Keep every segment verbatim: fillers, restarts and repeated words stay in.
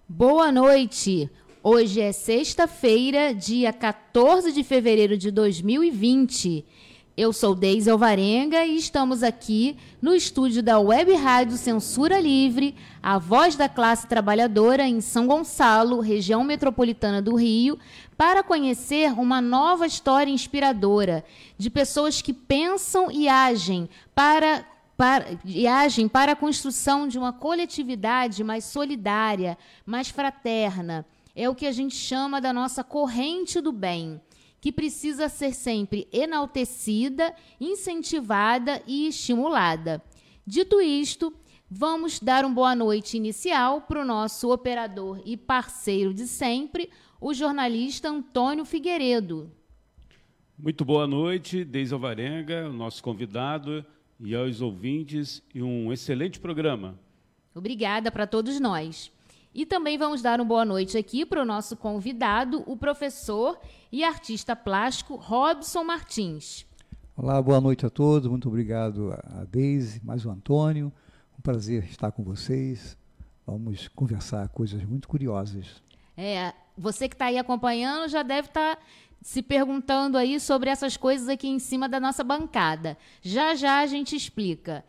Boa noite! Hoje é sexta-feira, dia quatorze de fevereiro de dois mil e vinte. Eu sou Deise Alvarenga e estamos aqui no estúdio da Web Rádio Censura Livre, a voz da classe trabalhadora em São Gonçalo, região metropolitana do Rio, para conhecer uma nova história inspiradora de pessoas que pensam e agem para... Para, e agem para a construção de uma coletividade mais solidária, mais fraterna. É o que a gente chama da nossa corrente do bem, que precisa ser sempre enaltecida, incentivada e estimulada. Dito isto, vamos dar uma boa noite inicial para o nosso operador e parceiro de sempre, o jornalista Antônio Figueiredo. Muito boa noite, Deise Alvarenga, o nosso convidado, e aos ouvintes, e um excelente programa. Obrigada para todos nós. E também vamos dar uma boa noite aqui para o nosso convidado, o professor e artista plástico Robson Martins. Olá, boa noite a todos. Muito obrigado a Deise, mais o Antônio. Um prazer estar com vocês. Vamos conversar coisas muito curiosas. É, você que está aí acompanhando já deve estar... Tá se perguntando aí sobre essas coisas aqui em cima da nossa bancada. Já, já a gente explica.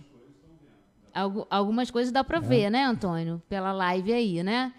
Algu- algumas coisas dá para é. ver, né, Antônio? Pela live aí, né?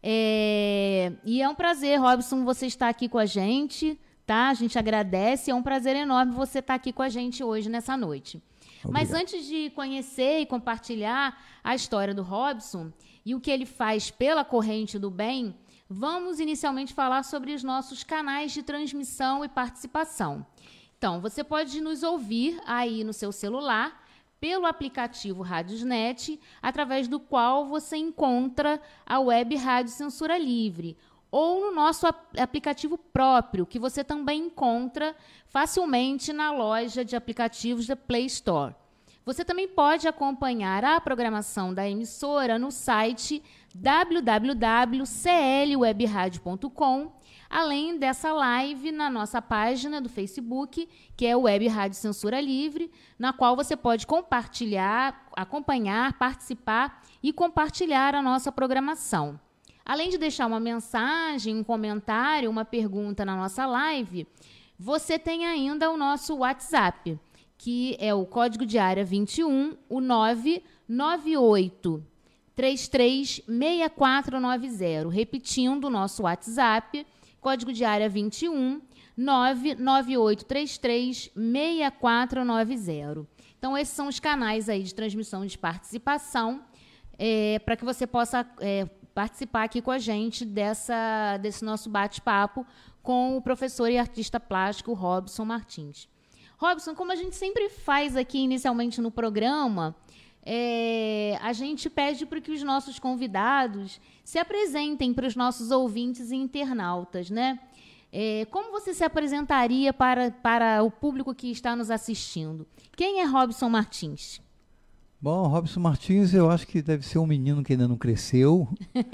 É... E é um prazer, Robson, você estar aqui com a gente, tá? A gente agradece, é um prazer enorme você estar aqui com a gente hoje, nessa noite. Obrigado. Mas antes de conhecer e compartilhar a história do Robson e o que ele faz pela corrente do bem, vamos inicialmente falar sobre os nossos canais de transmissão e participação. Então, você pode nos ouvir aí no seu celular, pelo aplicativo Radiosnet, através do qual você encontra a Web Rádio Censura Livre, ou no nosso ap- aplicativo próprio, que você também encontra facilmente na loja de aplicativos da Play Store. Você também pode acompanhar a programação da emissora no site w w w ponto c l web radio ponto com, além dessa live na nossa página do Facebook, que é o Web Rádio Censura Livre, na qual você pode compartilhar, acompanhar, participar e compartilhar a nossa programação. Além de deixar uma mensagem, um comentário, uma pergunta na nossa live, você tem ainda o nosso WhatsApp, que é o código de área vinte e um, o nove nove oito três três seis quatro nove zero. Repetindo o nosso WhatsApp, código de área vinte e um, nove nove oito três três seis quatro nove zero. Então, esses são os canais aí de transmissão de participação, é, para que você possa é, participar aqui com a gente dessa, desse nosso bate-papo com o professor e artista plástico Robson Martins. Robson, como a gente sempre faz aqui inicialmente no programa, é, a gente pede para que os nossos convidados se apresentem para os nossos ouvintes e internautas, né? É, como você se apresentaria para, para o público que está nos assistindo? Quem é Robson Martins? Bom, Robson Martins, eu acho que deve ser um menino que ainda não cresceu.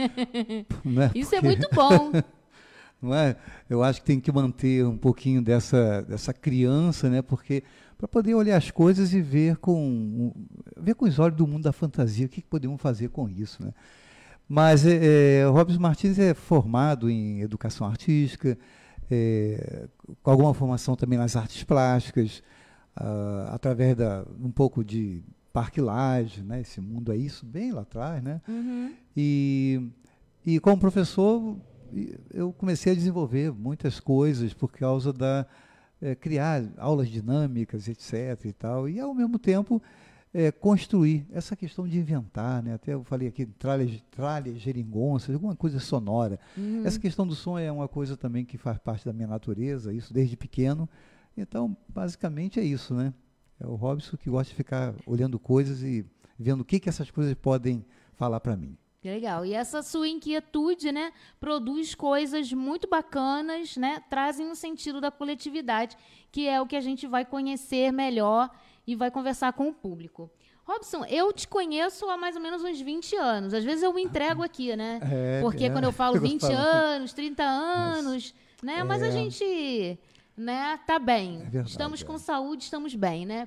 Né? Isso é Porque... muito bom. Não é? Eu acho que tem que manter um pouquinho dessa, dessa criança, né? Porque para poder olhar as coisas e ver com, ver com os olhos do mundo da fantasia, o que, que podemos fazer com isso, né? Mas é, o Robson Martins é formado em educação artística, é, com alguma formação também nas artes plásticas, ah, através da um pouco de Parque Lage, né? Esse mundo é isso, bem lá atrás, né? Uhum. E, e como professor, eu comecei a desenvolver muitas coisas por causa da é, criar aulas dinâmicas, etc e tal, e ao mesmo tempo é, construir essa questão de inventar, né? Até eu falei aqui tralhas, tralhas, geringonças, alguma coisa sonora. Uhum. Essa questão do som é uma coisa também que faz parte da minha natureza, isso desde pequeno. Então, basicamente é isso, né? É o Robson que gosta de ficar olhando coisas e vendo o que que essas coisas podem falar para mim. Que legal. E essa sua inquietude, né, produz coisas muito bacanas, né, trazem um sentido da coletividade, que é o que a gente vai conhecer melhor e vai conversar com o público. Robson, eu te conheço há mais ou menos uns vinte anos. Às vezes eu me entrego aqui, né? É, Porque é, quando eu falo vinte anos, trinta anos, mas, né, mas é, a gente, né, tá bem. É verdade, estamos com saúde, estamos bem, né?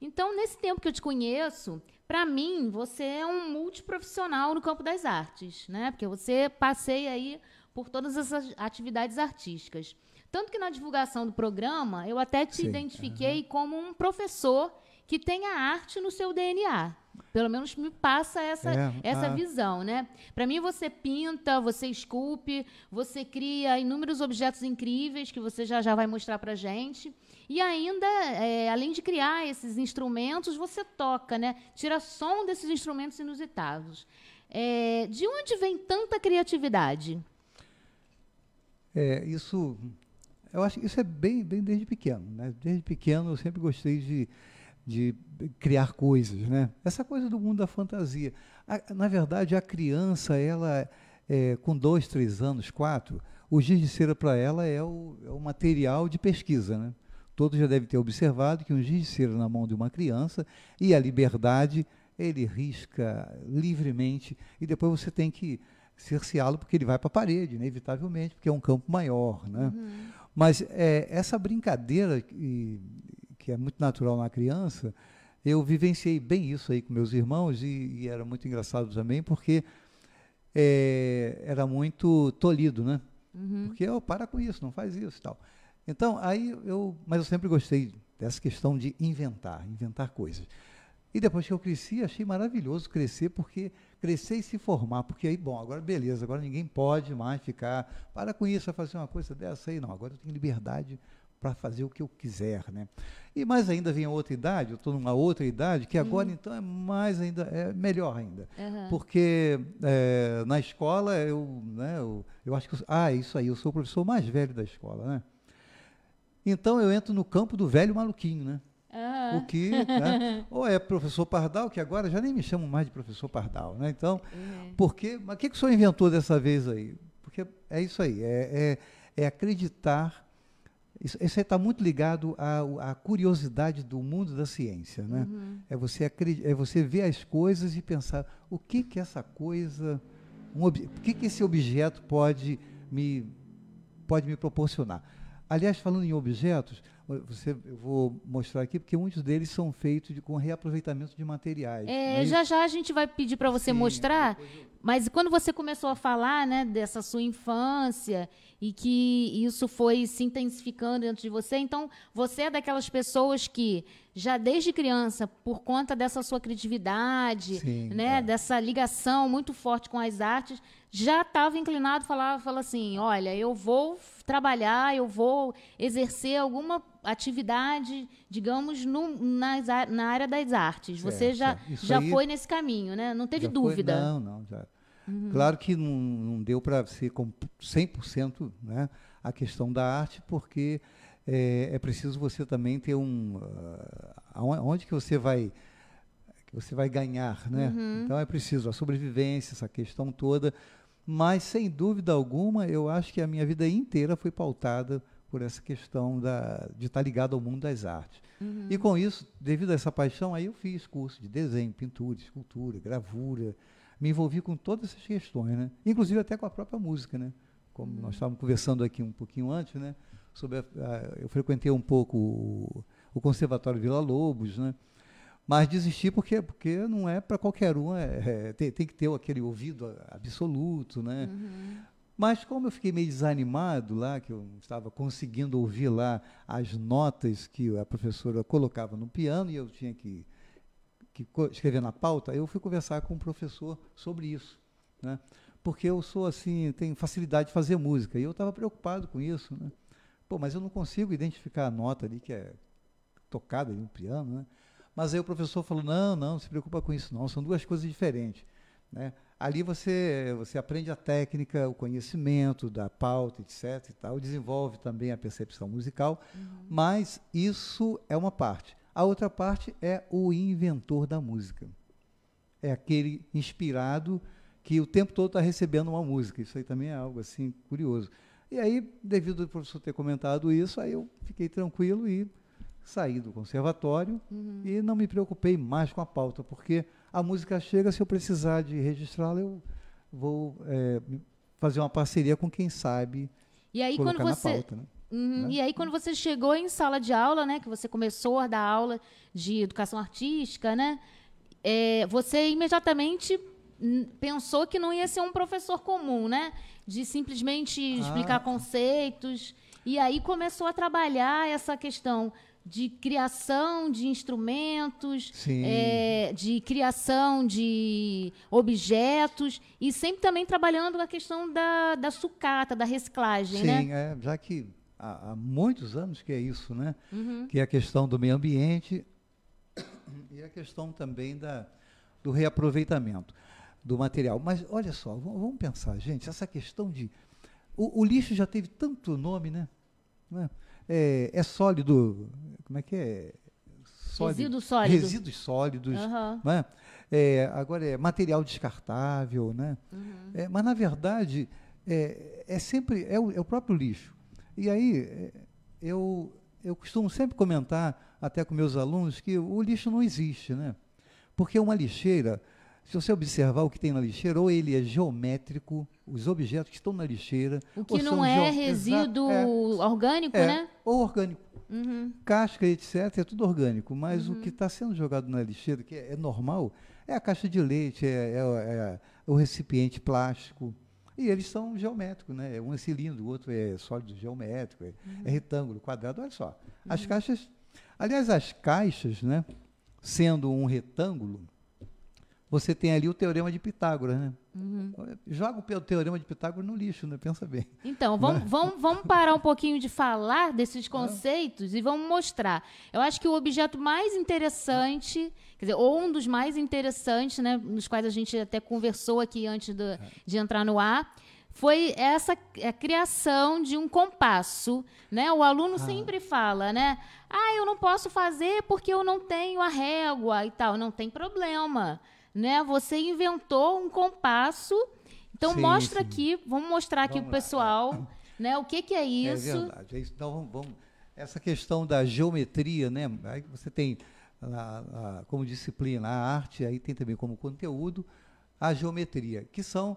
Então, nesse tempo que eu te conheço, para mim, você é um multiprofissional no campo das artes, né? Porque você passeia aí por todas essas atividades artísticas. Tanto que na divulgação do programa, eu até te Sim. identifiquei Uhum. como um professor que tem a arte no seu D N A. Pelo menos me passa essa, É, essa ah. visão, né? Para mim, você pinta, você esculpe, você cria inúmeros objetos incríveis que você já já vai mostrar para gente. E ainda, é, além de criar esses instrumentos, você toca, né? Tira som desses instrumentos inusitados. É, de onde vem tanta criatividade? É, isso, eu acho que isso é bem, bem desde pequeno, né? Desde pequeno eu sempre gostei de, de criar coisas, né? Essa coisa do mundo da fantasia. A, na verdade, a criança, ela, é, com dois, três anos, quatro, o giz de cera para ela é o, é o material de pesquisa, né? Todos já devem ter observado que um giz de cera na mão de uma criança e a liberdade, ele risca livremente e depois você tem que cerceá-lo porque ele vai para a parede, inevitavelmente, porque é um campo maior, né? Uhum. Mas é, essa brincadeira que, que é muito natural na criança, eu vivenciei bem isso aí com meus irmãos e, e era muito engraçado também porque é, era muito tolhido, né? Uhum. Porque, oh, para com isso, não faz isso e tal. Então, aí eu, mas eu sempre gostei dessa questão de inventar, inventar coisas. E depois que eu cresci, achei maravilhoso crescer, porque crescer e se formar, porque aí, bom, agora beleza, agora ninguém pode mais ficar, para com isso, vai fazer uma coisa dessa aí, não, agora eu tenho liberdade para fazer o que eu quiser, né? E mais ainda vem a outra idade, eu estou numa outra idade, que agora Uhum. então é mais ainda, é melhor ainda, Uhum. porque é, na escola eu, né, eu, eu acho que, eu, ah, isso aí, eu sou o professor mais velho da escola, né? Então eu entro no campo do velho maluquinho, né? Uhum. O que, né? Ou é professor Pardal, que agora já nem me chamam mais de professor Pardal, né? Então, Uhum. porque, mas o que, que o senhor inventou dessa vez aí? Porque é isso aí, é, é, é acreditar, isso, isso aí está muito ligado à, à curiosidade do mundo da ciência, né? Uhum. É, você acredi- é você ver as coisas e pensar, o que que essa coisa, um ob- o que que esse objeto pode me, pode me proporcionar? Aliás, falando em objetos, você, eu vou mostrar aqui, porque muitos deles são feitos de, com reaproveitamento de materiais. não É, é já isso? já a gente vai pedir para você Sim, mostrar, depois eu- mas quando você começou a falar, né, dessa sua infância e que isso foi se intensificando dentro de você, então você é daquelas pessoas que já desde criança, por conta dessa sua criatividade, Sim, né, é. dessa ligação muito forte com as artes, já estava inclinado a falar, falar assim, olha, eu vou trabalhar, eu vou exercer alguma atividade, digamos, no, nas, a- na área das artes. Certo, Você já, certo. Isso já aí foi nesse caminho, né? Não teve já foi? dúvida. Não, não, já. Claro que não, não deu para ser com cem por cento, né, a questão da arte, porque é, é preciso você também ter um... Uh, aonde onde que você vai que você vai ganhar, né? Uhum. Então é preciso a sobrevivência, essa questão toda, mas sem dúvida alguma, eu acho que a minha vida inteira foi pautada por essa questão da, de estar ligado ao mundo das artes. Uhum. E com isso, devido a essa paixão, aí eu fiz curso de desenho, pintura, escultura, gravura, me envolvi com todas essas questões, né? Inclusive até com a própria música, né? Como nós estávamos conversando aqui um pouquinho antes, né? Sobre a, a, eu frequentei um pouco o, o Conservatório Vila Lobos, né? Mas desisti porque, porque não é para qualquer um, é, é, tem, tem que ter aquele ouvido absoluto, né? Uhum. Mas como eu fiquei meio desanimado lá, que eu não estava conseguindo ouvir lá as notas que a professora colocava no piano e eu tinha que, que co- escrever na pauta, eu fui conversar com o professor sobre isso, né? Porque eu sou assim, tenho facilidade de fazer música e eu estava preocupado com isso, né? Pô, mas eu não consigo identificar a nota ali que é tocada ali no piano, né? Mas aí o professor falou, não, não, não se preocupa com isso não, são duas coisas diferentes, né? Ali você, você aprende a técnica, o conhecimento da pauta, etc e tal, desenvolve também a percepção musical, Uhum. mas isso é uma parte. A outra parte é o inventor da música. É aquele inspirado que o tempo todo está recebendo uma música. Isso aí também é algo assim curioso. E aí, devido ao professor ter comentado isso, aí eu fiquei tranquilo e saí do conservatório Uhum. e não me preocupei mais com a pauta, porque a música chega, se eu precisar de registrá-la, eu vou é, fazer uma parceria com quem sabe E aí, colocar quando na você, pauta, né? Uhum. Né? E aí, quando você chegou em sala de aula, né, que você começou a dar aula de educação artística, né, é, você imediatamente hum, pensou que não ia ser um professor comum, né, de simplesmente explicar Ah. conceitos. E aí começou a trabalhar essa questão de criação de instrumentos, Sim. é, de criação de objetos, e sempre também trabalhando a questão da, da sucata, da reciclagem, Sim, né? é, já que há, há muitos anos que é isso, né? Uhum. Que é a questão do meio ambiente e a questão também da, do reaproveitamento do material. Mas olha só, vamos, vamos pensar, gente, essa questão de... O, o lixo já teve tanto nome, né? Não é? É, é sólido, como é que é? Sólido, Resíduo sólido. Resíduos sólidos, Uhum. né? É, agora é material descartável, né? Uhum. É, mas, na verdade, é, é sempre é o, é o próprio lixo. E aí, é, eu, eu costumo sempre comentar, até com meus alunos, que o lixo não existe, né? Porque uma lixeira, se você observar o que tem na lixeira, ou ele é geométrico, os objetos que estão na lixeira... O que ou não são é geo- resíduo Exato, é, orgânico, é, né? ou orgânico. Uhum. Casca, etcétera, é tudo orgânico, mas o que está sendo jogado na lixeira, que é, é normal, é a caixa de leite, é, é- é o recipiente plástico, e eles são geométricos, né? Um é cilindro, o outro é sólido geométrico, é, é retângulo, quadrado, olha só. As caixas, aliás, as caixas, né, sendo um retângulo, você tem ali o teorema de Pitágoras, né? Uhum. Joga o teorema de Pitágoras no lixo, né? Pensa bem. Então, vamos, vamos, vamos parar um pouquinho de falar desses conceitos e vamos mostrar. Eu acho que o objeto mais interessante, quer dizer, ou um dos mais interessantes, né, nos quais a gente até conversou aqui antes do, de entrar no ar, foi essa a criação de um compasso, né? O aluno sempre fala, né? Ah, eu não posso fazer porque eu não tenho a régua e tal. Não tem problema, né? Você inventou um compasso. Então, Sim, mostra sim. aqui, vamos mostrar aqui Vamos para o lá, pessoal, né? O que, que é isso. É verdade. É isso. Então, vamos, vamos- essa questão da geometria, né? Aí você tem, a- a- como disciplina, a arte, aí tem também como conteúdo a geometria, que são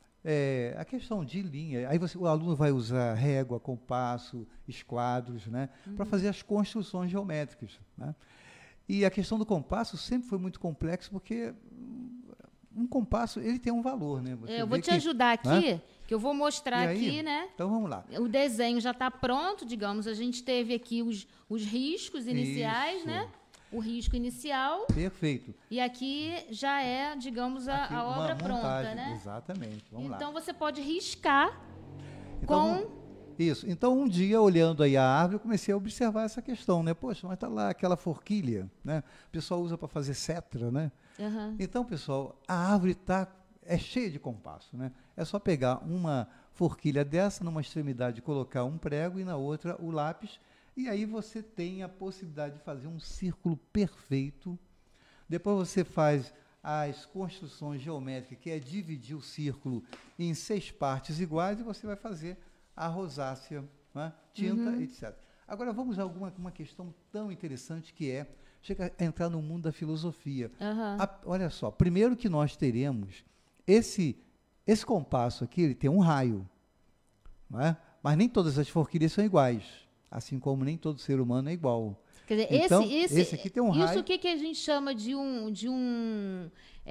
é, a questão de linha. Aí você- o aluno vai usar régua, compasso, esquadros, né? Para fazer as construções geométricas, né? E a questão do compasso sempre foi muito complexo, porque hum, um compasso ele tem um valor, né? Você É, eu vê vou te que- ajudar aqui, né? que eu vou mostrar E aí, aqui, né? Então vamos lá. O desenho já está pronto, digamos. A gente teve aqui os, os riscos iniciais, Isso. né? O risco inicial. Perfeito. E aqui já é, digamos, a, Aqui a uma obra pronta, montagem, né? Exatamente. Vamos Então lá. você pode riscar Então, com. vamos- Isso. Então, um dia, olhando aí a árvore, eu comecei a observar essa questão, né? Poxa, mas está lá aquela forquilha, né? O pessoal usa para fazer cetra, né? Aham. Então, pessoal, a árvore tá, é cheia de compasso, né? É só pegar uma forquilha dessa, numa extremidade, colocar um prego e na outra o lápis, e aí você tem a possibilidade de fazer um círculo perfeito. Depois você faz as construções geométricas, que é dividir o círculo em seis partes iguais, e você vai fazer a rosácea, né? Tinta, etcétera. Agora vamos a alguma uma questão tão interessante que é, chega a entrar no mundo da filosofia. Aham. A- olha só, primeiro que nós teremos, esse, esse compasso aqui, ele tem um raio, não é? Mas nem todas as forquilhas são iguais, assim como nem todo ser humano é igual. Quer dizer, Então, esse, esse, esse aqui tem um isso raio. o que, que a gente chama de um, de um,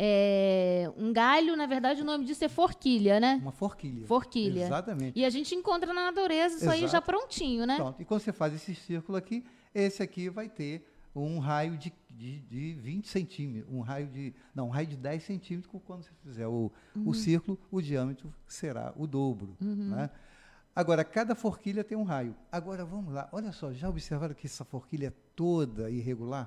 é, um galho, na verdade o nome disso é forquilha, né? Uma forquilha. Forquilha. Exatamente. E a gente encontra na natureza isso aí Exato. já prontinho, né? Pronto. E quando você faz esse círculo aqui, esse aqui vai ter um raio de, de, de vinte centímetros, um raio de, não, um raio de dez centímetros, quando você fizer o, o círculo, o diâmetro será o dobro, né? Agora, cada forquilha tem um raio. Agora, vamos lá, olha só, já observaram que essa forquilha é toda irregular?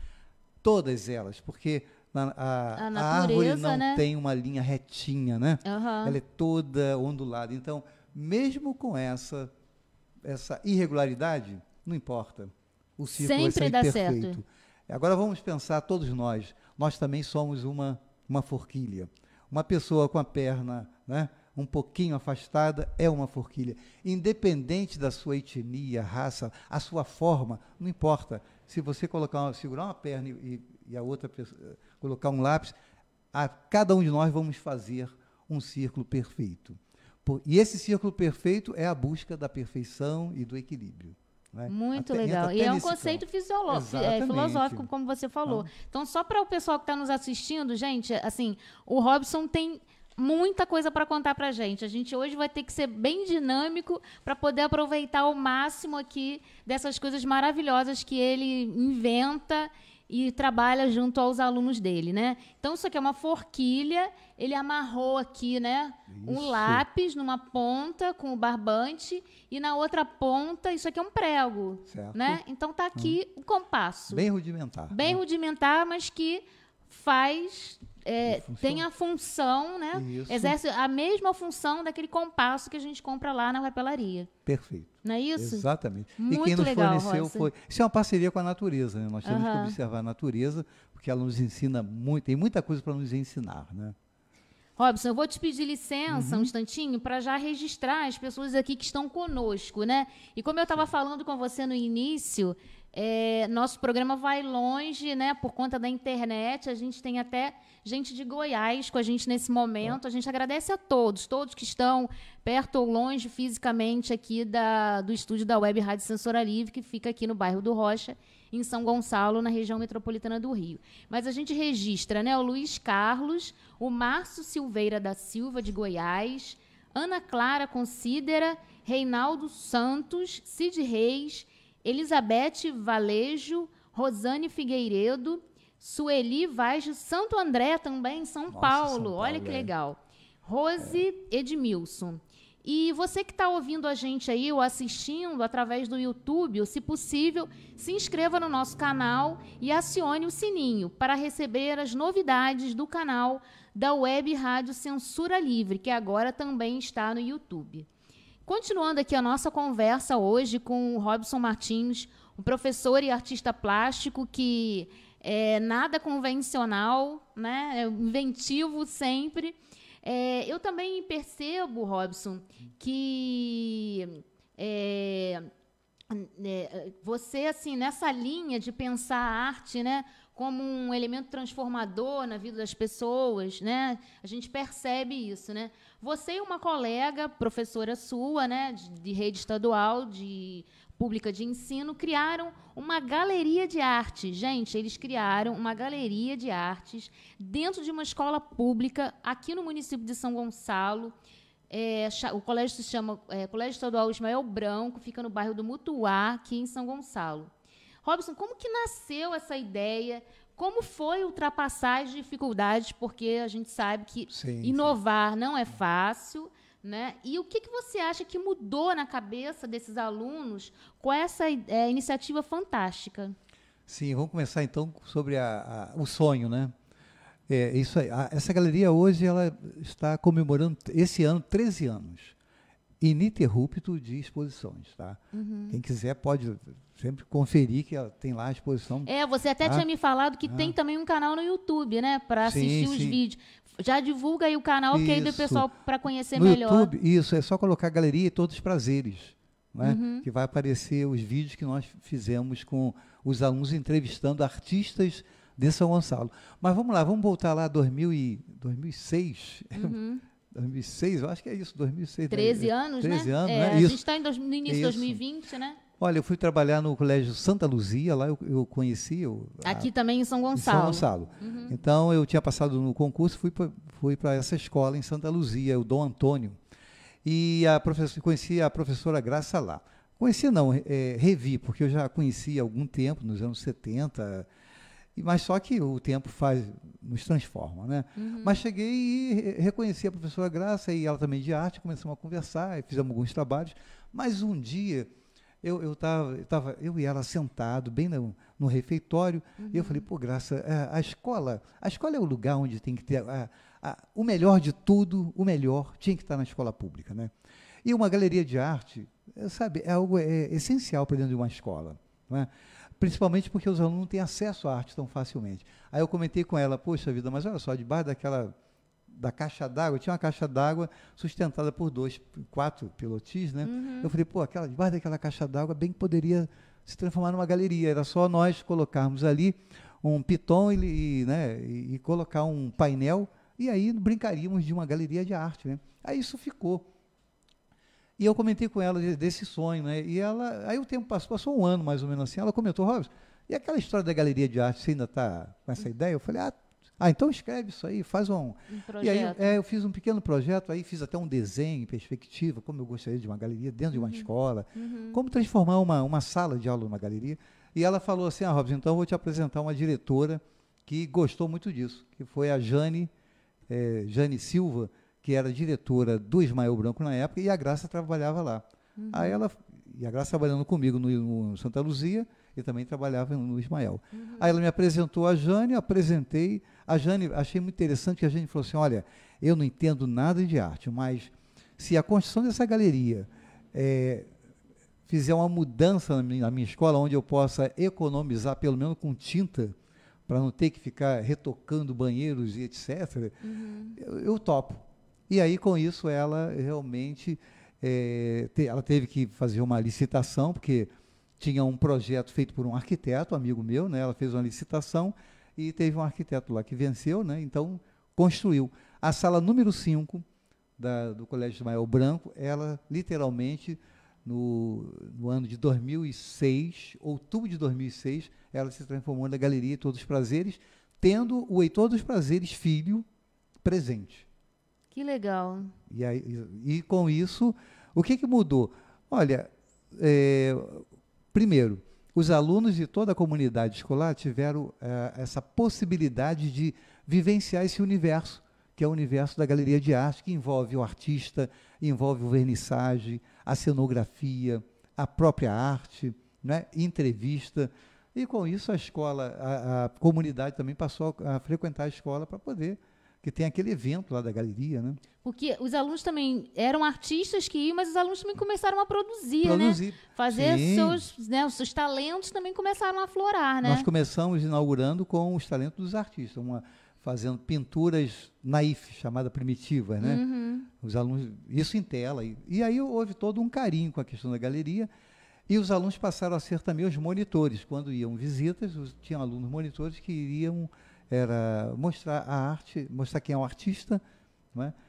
Todas elas, porque na- a, A a árvore natureza, não né? tem uma linha retinha, né? Aham. Ela é toda ondulada. Então, mesmo com essa, essa irregularidade, não importa. O círculo Sempre vai sair dá perfeito. certo. Agora vamos pensar, todos nós, nós também somos uma, uma forquilha. Uma pessoa com a perna, né, um pouquinho afastada é uma forquilha. Independente da sua etnia, raça, a sua forma, não importa. Se você colocar uma, segurar uma perna e, e a outra pessoa, colocar um lápis, a cada um de nós vamos fazer um círculo perfeito. Por, e esse círculo perfeito é a busca da perfeição e do equilíbrio. Né? Muito Até, legal. E é um conceito fisiológico, é, filosófico, como você falou. Ah. Então, só para o pessoal que está nos assistindo, gente, assim, o Robson tem muita coisa para contar para a gente. A gente hoje vai ter que ser bem dinâmico para poder aproveitar ao máximo aqui dessas coisas maravilhosas que ele inventa e trabalha junto aos alunos dele, né? Então, isso aqui é uma forquilha, ele amarrou aqui, né, um isso. lápis numa ponta com o barbante e na outra ponta, isso aqui é um prego, certo. Né? Então, tá aqui hum. o compasso. Bem rudimentar. Bem né? rudimentar, mas que faz... É, tem a função, né? Isso. Exerce a mesma função daquele compasso que a gente compra lá na papelaria. Perfeito. Não é isso? Exatamente. Muito e quem nos legal, forneceu Rosa. foi... Isso é uma parceria com a natureza, né? Nós temos uhum. que observar a natureza, porque ela nos ensina muito, tem muita coisa para nos ensinar, né? Robson, eu vou te pedir licença uhum. um instantinho para já registrar as pessoas aqui que estão conosco, né? E como eu estava falando com você no início, é, nosso programa vai longe, né? Por conta da internet, a gente tem até gente de Goiás com a gente nesse momento. A gente agradece a todos, todos que estão perto ou longe fisicamente aqui da, do estúdio da Web Rádio Censura Livre, que fica aqui no bairro do Rocha, em São Gonçalo, na região metropolitana do Rio. Mas a gente registra, né, o Luiz Carlos, o Márcio Silveira da Silva, de Goiás, Ana Clara Considera, Reinaldo Santos, Cid Reis, Elizabeth Valejo, Rosane Figueiredo, Sueli Vaz de Santo André também, São Nossa, Paulo. São Paulo, Olha que é. legal. Rose é. Edmilson. E você que está ouvindo a gente aí ou assistindo através do YouTube, ou, se possível, se inscreva no nosso canal e acione o sininho para receber as novidades do canal da Web Rádio Censura Livre, que agora também está no YouTube. Continuando aqui a nossa conversa hoje com o Robson Martins, um professor e artista plástico que é nada convencional, né? É inventivo sempre. É, eu também percebo, Robson, que é, é, você, assim, nessa linha de pensar a arte, né, como um elemento transformador na vida das pessoas, né, a gente percebe isso, né? Você e uma colega, professora sua, né, de, de rede estadual, de pública de ensino, criaram uma galeria de arte. Gente, eles criaram uma galeria de artes dentro de uma escola pública aqui no município de São Gonçalo. É, o colégio se chama é, Colégio Estadual Ismael Branco, fica no bairro do Mutuá, aqui em São Gonçalo. Robson, como que nasceu essa ideia? Como foi ultrapassar as dificuldades? Porque a gente sabe que sim, inovar sim. não é fácil, né? E o que, que você acha que mudou na cabeça desses alunos com essa é, iniciativa fantástica? Sim, vamos começar então sobre a, a, o sonho, né? É, isso aí, a, essa galeria hoje ela está comemorando esse ano treze anos ininterrupto de exposições, tá? Uhum. Quem quiser pode sempre conferir que ela tem lá a exposição. É, você até ah, tinha me falado que ah, tem também um canal no YouTube, né, para assistir sim, os sim. vídeos. Já divulga aí o canal, isso. que aí do pessoal para conhecer no melhor. YouTube, isso, é só colocar Galeria e Todos os Prazeres, né? Uhum. Que vai aparecer os vídeos que nós fizemos com os alunos entrevistando artistas de São Gonçalo. Mas vamos lá, vamos voltar lá a dois mil e seis. Uhum. dois mil e seis, eu acho que é isso, dois mil e seis. treze né? anos, treze né? anos, é, né? A Isso. gente está no início de dois mil e vinte, né? Olha, eu fui trabalhar no Colégio Santa Luzia, lá eu, eu conheci... Eu, Aqui a, também em São Gonçalo. Em São Gonçalo. Uhum. Então, eu tinha passado no concurso, fui para fui para essa escola em Santa Luzia, o Dom Antônio. E a professora, conheci a professora Graça lá. Conheci não, é, revi, porque eu já conhecia há algum tempo, nos anos setenta, mas só que o tempo faz, nos transforma, né? Uhum. Mas cheguei e reconheci a professora Graça, e ela também de arte, começamos a conversar, e fizemos alguns trabalhos, mas um dia... Eu eu tava, eu tava eu e ela sentado bem no, no refeitório, uhum. e eu falei, pô, Graça, a, a escola, a escola é o lugar onde tem que ter a, a, o melhor de tudo, o melhor tinha que estar na escola pública, né? E uma galeria de arte, sabe, é algo é, essencial para dentro de uma escola, não é? Principalmente porque os alunos não têm acesso à arte tão facilmente. Aí eu comentei com ela, poxa vida, mas olha só, debaixo daquela da caixa d'água, tinha uma caixa d'água sustentada por dois, quatro pilotis, né? Uhum. Eu falei, pô, aquela, debaixo daquela caixa d'água bem que poderia se transformar numa galeria, era só nós colocarmos ali um piton e, e, né, e, e colocar um painel, e aí brincaríamos de uma galeria de arte, né? Aí isso ficou, E eu comentei com ela de, desse sonho, né? E ela, aí o tempo passou, passou um ano mais ou menos assim, ela comentou, Robson, e aquela história da galeria de arte, você ainda está com essa ideia? Eu falei, ah, ah, então escreve isso aí, faz um... Um E aí projeto. é, eu fiz um pequeno projeto, aí fiz até um desenho em perspectiva, como eu gostaria de uma galeria dentro de uma escola, como transformar uma, uma sala de aula numa galeria. E ela falou assim, ah, Robson, então eu vou te apresentar uma diretora que gostou muito disso, que foi a Jane, eh, Jane Silva, que era diretora do Ismael Branco na época, e a Graça trabalhava lá. Aí ela, e a Graça trabalhando comigo no, no Santa Luzia, e também trabalhava no Ismael. Uhum. Aí ela me apresentou a Jane, apresentei. A Jane, achei muito interessante que a Jane falou assim, olha, eu não entendo nada de arte, mas se a construção dessa galeria é, fizer uma mudança na minha, na minha escola, onde eu possa economizar, pelo menos com tinta, para não ter que ficar retocando banheiros e etcétera, uhum. eu, eu topo. E aí, com isso, ela realmente é, te, ela teve que fazer uma licitação, porque tinha um projeto feito por um arquiteto, amigo meu, né? Ela fez uma licitação e teve um arquiteto lá que venceu, né? Então, construiu. A sala número cinco da, do Colégio Ismael Branco, ela, literalmente, no, no ano de dois mil e seis, outubro de dois mil e seis, ela se transformou na Galeria Todos os Prazeres, tendo o Heitor dos Prazeres filho presente. Que legal. E, aí, e, e com isso, o que, que mudou? Olha, é, primeiro, os alunos de toda a comunidade escolar tiveram é, essa possibilidade de vivenciar esse universo, que é o universo da galeria de arte, que envolve o artista, envolve o vernissage, a cenografia, a própria arte, né, entrevista. E com isso a escola, a, a comunidade também passou a, a frequentar a escola para poder... que tem aquele evento lá da galeria, né? Porque os alunos também eram artistas que iam, mas os alunos também começaram a produzir, Produzir. né? Fazer Sim. seus, né, os seus talentos também começaram a aflorar, né? Nós começamos inaugurando com os talentos dos artistas, uma, fazendo pinturas naif, chamada primitivas, né? Uhum. Os alunos, isso em tela. E, e aí houve todo um carinho com a questão da galeria, e os alunos passaram a ser também os monitores. Quando iam visitas, os, tinham alunos monitores que iriam... era mostrar a arte, mostrar quem é o artista, não é?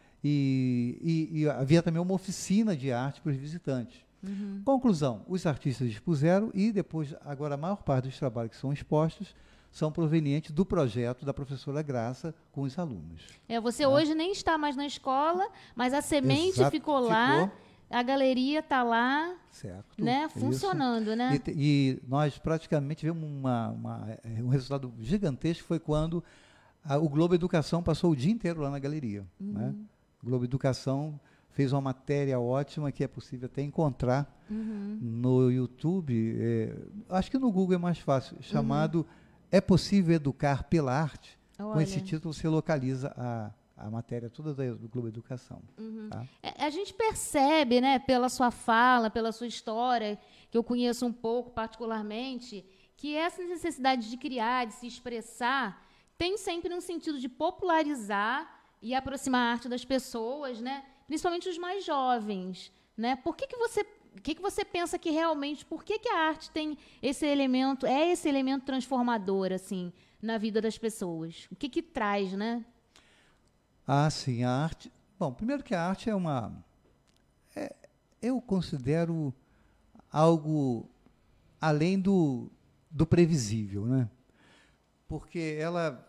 e, e, e havia também uma oficina de arte para os visitantes. Uhum. Conclusão, os artistas expuseram e depois, agora a maior parte dos trabalhos que são expostos são provenientes do projeto da professora Graça com os alunos. É, você é. hoje nem está mais na escola, mas a semente Exato, ficou lá, ficou. A galeria está lá, certo, né, funcionando, isso. né? E, e nós praticamente tivemos uma, uma, um resultado gigantesco, foi quando a, o Globo Educação passou o dia inteiro lá na galeria. Uhum. Né? O Globo Educação fez uma matéria ótima que é possível até encontrar uhum. no YouTube, é, acho que no Google é mais fácil, chamado uhum. É Possível Educar pela Arte. Olha. Com esse título você localiza a a matéria toda do Globo Educação. Uhum. Tá? A gente percebe, né, pela sua fala, pela sua história, que eu conheço um pouco particularmente, que essa necessidade de criar, de se expressar, tem sempre um sentido de popularizar e aproximar a arte das pessoas, né, principalmente os mais jovens. Né? Por que, que você... O que, que você pensa que realmente, por que, que a arte tem esse elemento, é esse elemento transformador, assim, na vida das pessoas? O que que traz, né? Ah, sim, a arte... Bom, primeiro que a arte é uma... É, eu considero algo além do, do previsível, né? Porque ela,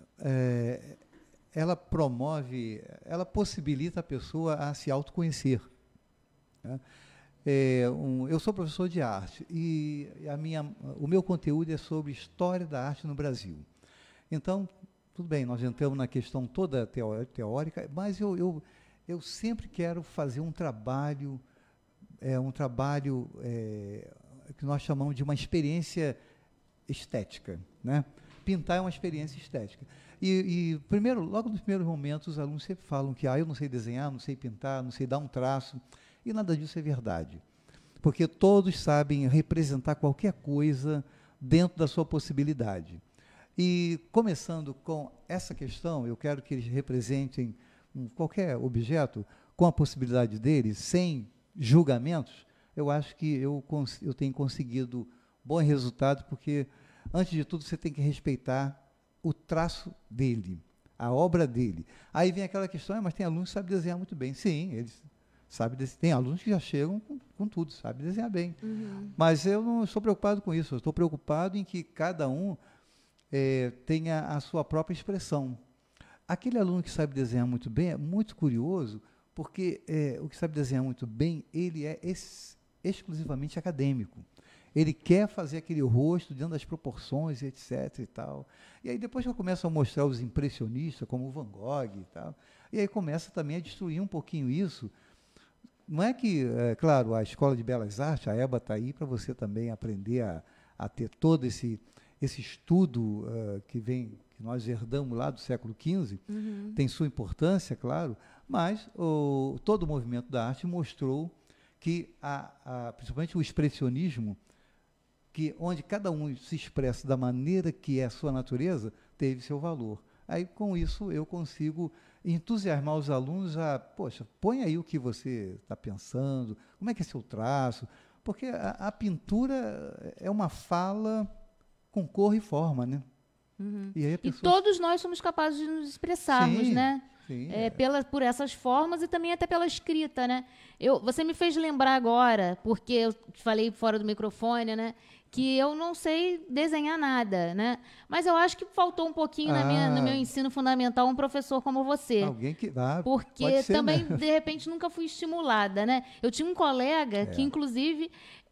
é, ela promove, ela possibilita a pessoa a se autoconhecer. Né? É, um, eu sou professor de arte e a minha, o meu conteúdo é sobre história da arte no Brasil. Então... Tudo bem, nós entramos na questão toda teórica, mas eu, eu, eu sempre quero fazer um trabalho, é, um trabalho é, que nós chamamos de uma experiência estética. Né? Pintar é uma experiência estética. E, e primeiro, logo nos primeiros momentos, os alunos sempre falam que ah, eu não sei desenhar, não sei pintar, não sei dar um traço, e nada disso é verdade. Porque todos sabem representar qualquer coisa dentro da sua possibilidade. E, começando com essa questão, eu quero que eles representem um, qualquer objeto com a possibilidade deles, sem julgamentos. Eu acho que eu, eu tenho conseguido bons resultados, porque, antes de tudo, você tem que respeitar o traço dele, a obra dele. Aí vem aquela questão, ah, mas tem alunos que sabem desenhar muito bem. Sim, eles sabe desenhar. Tem alunos que já chegam com, com tudo, sabe desenhar bem. Uhum. Mas eu não estou preocupado com isso, eu estou preocupado em que cada um é, tenha a sua própria expressão. Aquele aluno que sabe desenhar muito bem é muito curioso, porque é, o que sabe desenhar muito bem, ele é ex, exclusivamente acadêmico. Ele quer fazer aquele rosto dentro das proporções, etc e tal. E aí depois que eu começo a mostrar os impressionistas, como o Van Gogh e tal, e aí começa também a destruir um pouquinho isso. Não é que, é, claro, a Escola de Belas Artes, a EBA está aí para você também aprender a, a ter todo esse, esse estudo uh, que vem, que nós herdamos lá do século quinze, uhum. Tem sua importância, claro, mas o, todo o movimento da arte mostrou que, a, a, principalmente o expressionismo, que onde cada um se expressa da maneira que é a sua natureza, teve seu valor. Aí, com isso, eu consigo entusiasmar os alunos a, poxa, põe aí o que você está pensando, como é que é seu traço, porque a, a pintura é uma fala com cor e forma, né? Uhum. E, aí a pessoa... e todos nós somos capazes de nos expressarmos, sim, né? Sim, é, é. pela, por essas formas e também até pela escrita, né? Eu, você me fez lembrar agora, porque eu falei fora do microfone, né? Que eu não sei desenhar nada, né? Mas eu acho que faltou um pouquinho ah, na minha, no meu ensino fundamental um professor como você. Alguém que ah, porque pode ser, também, né? de repente, nunca fui estimulada, né? Eu tinha um colega É. que, inclusive,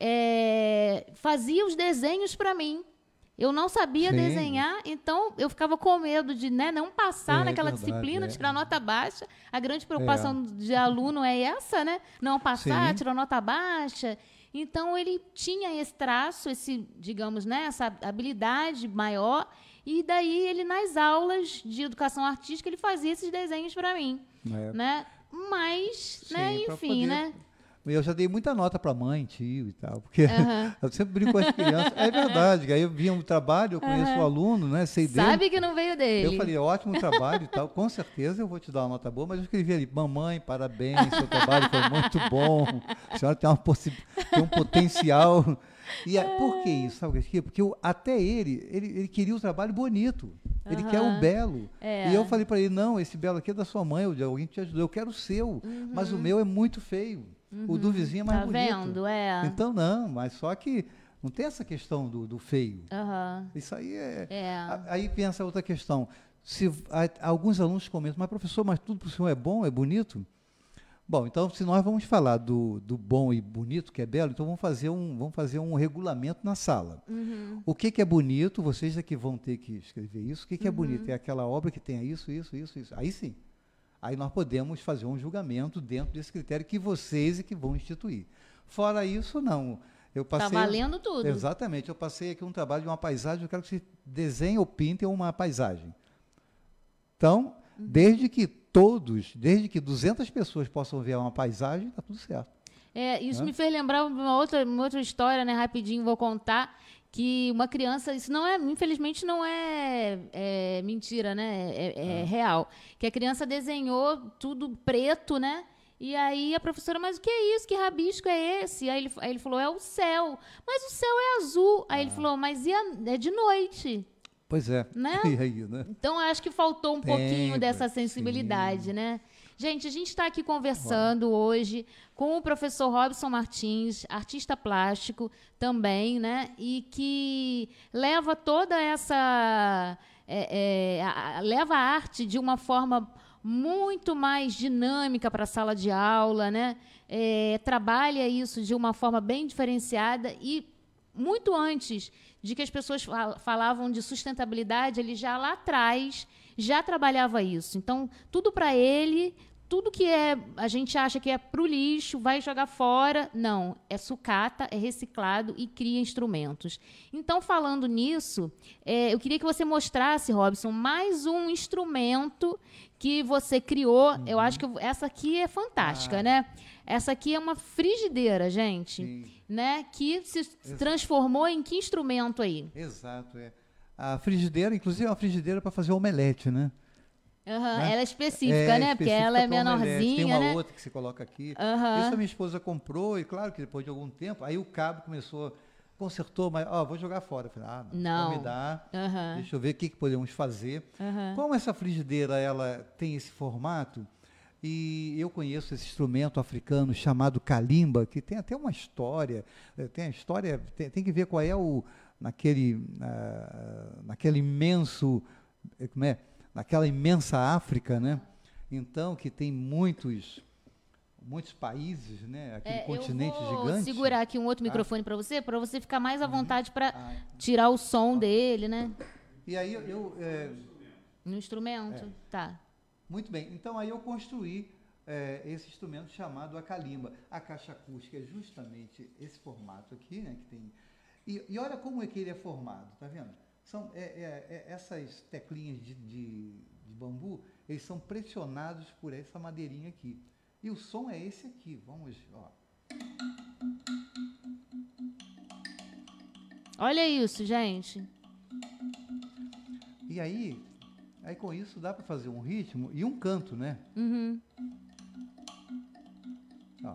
é, fazia os desenhos para mim. Eu não sabia Sim. desenhar, então eu ficava com medo de, né, não passar É, naquela verdade, disciplina, é. tirar nota baixa. A grande preocupação É. de aluno é essa, né? Não passar, Sim. tirar nota baixa. Então, ele tinha esse traço, esse, digamos, né, essa habilidade maior, e daí ele, nas aulas de educação artística, ele fazia esses desenhos para mim. É. Né? Mas, Sim, né, pra enfim, poder- né? Eu já dei muita nota para mãe, tio e tal, porque Aham. eu sempre brinco com as crianças. É verdade, aí eu vinha um trabalho, eu conheço o aluno, né, sei dele. Sabe que não veio dele. Eu falei, ótimo trabalho e tal, com certeza eu vou te dar uma nota boa, mas eu escrevi ali, mamãe, parabéns, seu trabalho foi muito bom, a senhora tem, uma possi- tem um potencial. E a- por que isso? Sabe por quê? Porque eu- até ele, ele, ele queria o trabalho bonito, ele Aham. quer o belo. É. E eu falei para ele, não, esse belo aqui é da sua mãe, ou de alguém que te ajudou, eu quero o seu, mas o meu é muito feio, o do vizinho é mais Tá bonito. vendo? É. Então não, mas só que não tem essa questão do, do feio. Aham. Isso aí é... É. A- Aí pensa outra questão. Se a- alguns alunos comentam, mas professor, mas tudo para o senhor é bom, é bonito? Bom, então se nós vamos falar do, do bom e bonito, que é belo, então vamos fazer um, vamos fazer um regulamento na sala. Uhum. O que, que é bonito, vocês é que vão ter que escrever isso. O que, que é bonito? É aquela obra que tenha isso, isso, isso, isso. Aí sim. Aí nós podemos fazer um julgamento dentro desse critério que vocês é que vão instituir. Fora isso, não. Eu Tá passei, valendo tudo. Exatamente. Eu passei aqui um trabalho de uma paisagem, eu quero que você desenhe ou pinte uma paisagem. Então, Uhum. desde que todos, desde que duzentas pessoas possam ver uma paisagem, está tudo certo. É, isso Né? me fez lembrar uma outra, uma outra história, né? Rapidinho vou contar. Que uma criança, isso não é, infelizmente não é, é mentira, né? É, é real. Que a criança desenhou tudo preto, né? E aí a professora, mas o que é isso? Que rabisco é esse? Aí ele, aí ele falou, é o céu. Mas o céu é azul. Aí ele falou, mas e a, é de noite. Pois é. Né? E aí, né? Então, eu acho que faltou um Tem, pouquinho dessa sim. sensibilidade, né? Gente, a gente está aqui conversando hoje com o professor Robson Martins, artista plástico também, né? E que leva toda essa... é, é, a- a- leva a arte de uma forma muito mais dinâmica para a sala de aula, né? É, trabalha isso de uma forma bem diferenciada e muito antes de que as pessoas fal- falavam de sustentabilidade, ele já lá atrás já trabalhava isso. Então, tudo para ele, tudo que é a gente acha que é para o lixo, vai jogar fora, não, é sucata, é reciclado e cria instrumentos. Então, falando nisso, é, eu queria que você mostrasse, Robson, mais um instrumento que você criou. Uhum. Eu acho que eu- essa aqui é fantástica, Ah. né? Essa aqui é uma frigideira, gente, Sim. né? Que se transformou em que instrumento aí? Exato, é. A frigideira, inclusive, é uma frigideira para fazer omelete, né? Aham, Né? ela é específica, né? Porque específica ela é pra omelete. menorzinha, Tem uma né? outra que você coloca aqui. Aham. Isso a minha esposa comprou, e claro que depois de algum tempo, aí o cabo começou, consertou, mas, ó, vou jogar fora. Eu falei, ah, não, Não. então me dá, Aham. deixa eu ver o que, que podemos fazer. Aham. Como essa frigideira, ela tem esse formato, E eu conheço esse instrumento africano chamado kalimba, que tem até uma história, tem a história, tem, tem que ver qual é o, naquele, uh, naquele imenso, como é, naquela imensa África, né? Então, que tem muitos, muitos países, né? Aquele É, continente eu vou gigante. segurar aqui um outro Ah. microfone para você, para você ficar mais à vontade para Ah. tirar o som dele, né? E aí eu, eu, é, No instrumento, tá. muito bem, então aí eu construí é, esse instrumento chamado a kalimba. A caixa acústica é justamente esse formato aqui, né, que tem. E, e olha como é que ele é formado, tá vendo? São é, é, é, essas teclinhas de, de, de bambu, eles são pressionados por essa madeirinha aqui. E o som é esse aqui. Vamos, ó. Olha isso, gente. E aí, aí com isso dá para fazer um ritmo e um canto, né? Uhum. Ó.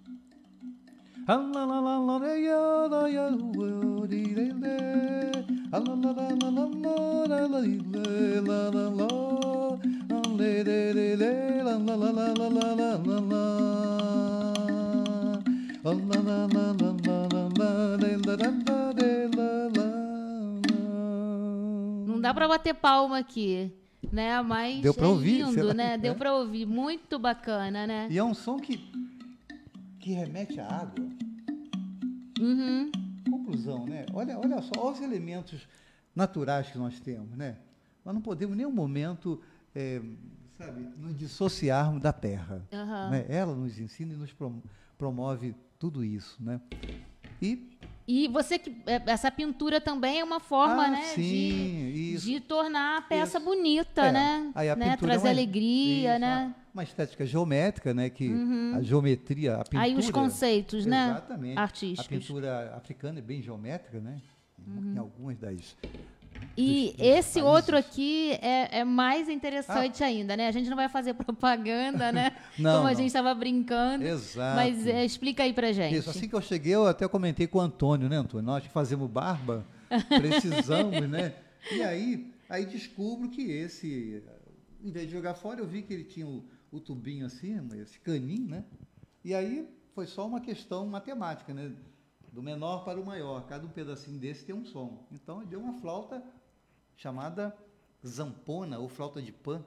Não dá para bater palma aqui, né? Mas Deu pra é ouvir, lindo, será? né? Deu É. para ouvir, muito bacana, né? E é um som que, que remete à água. Uhum. Conclusão, né? Olha, olha só, olha os elementos naturais que nós temos, né? Nós não podemos em nenhum momento, é, sabe, nos dissociarmos da terra. Aham. Né? Ela nos ensina e nos prom- promove tudo isso, né? E E você que é, essa pintura também é uma forma, Ah, né, sim, de, isso. de tornar a peça Isso. bonita, É, né? aí a né? pintura é Trazer uma- alegria, isso, né? Uma, uma estética geométrica, né? Que a geometria, a pintura. Aí os conceitos, né? Exatamente. Artísticos. A pintura africana é bem geométrica, né? Em algumas das. E dos- dos esse países. outro aqui é, é mais interessante Ah. ainda, né? A gente não vai fazer propaganda, né? Não, Como a não. gente estava brincando. Exato. Mas é, explica aí pra gente. Isso, assim que eu cheguei, eu até comentei com o Antônio, né, Antônio? Nós que fazemos barba, precisamos, né? E aí, aí descubro que esse, em vez de jogar fora, eu vi que ele tinha o, o tubinho assim, esse caninho, né? E aí foi só uma questão matemática, né? Do menor para o maior. Cada um pedacinho desse tem um som. Então, deu uma flauta chamada zampona ou flauta de pan.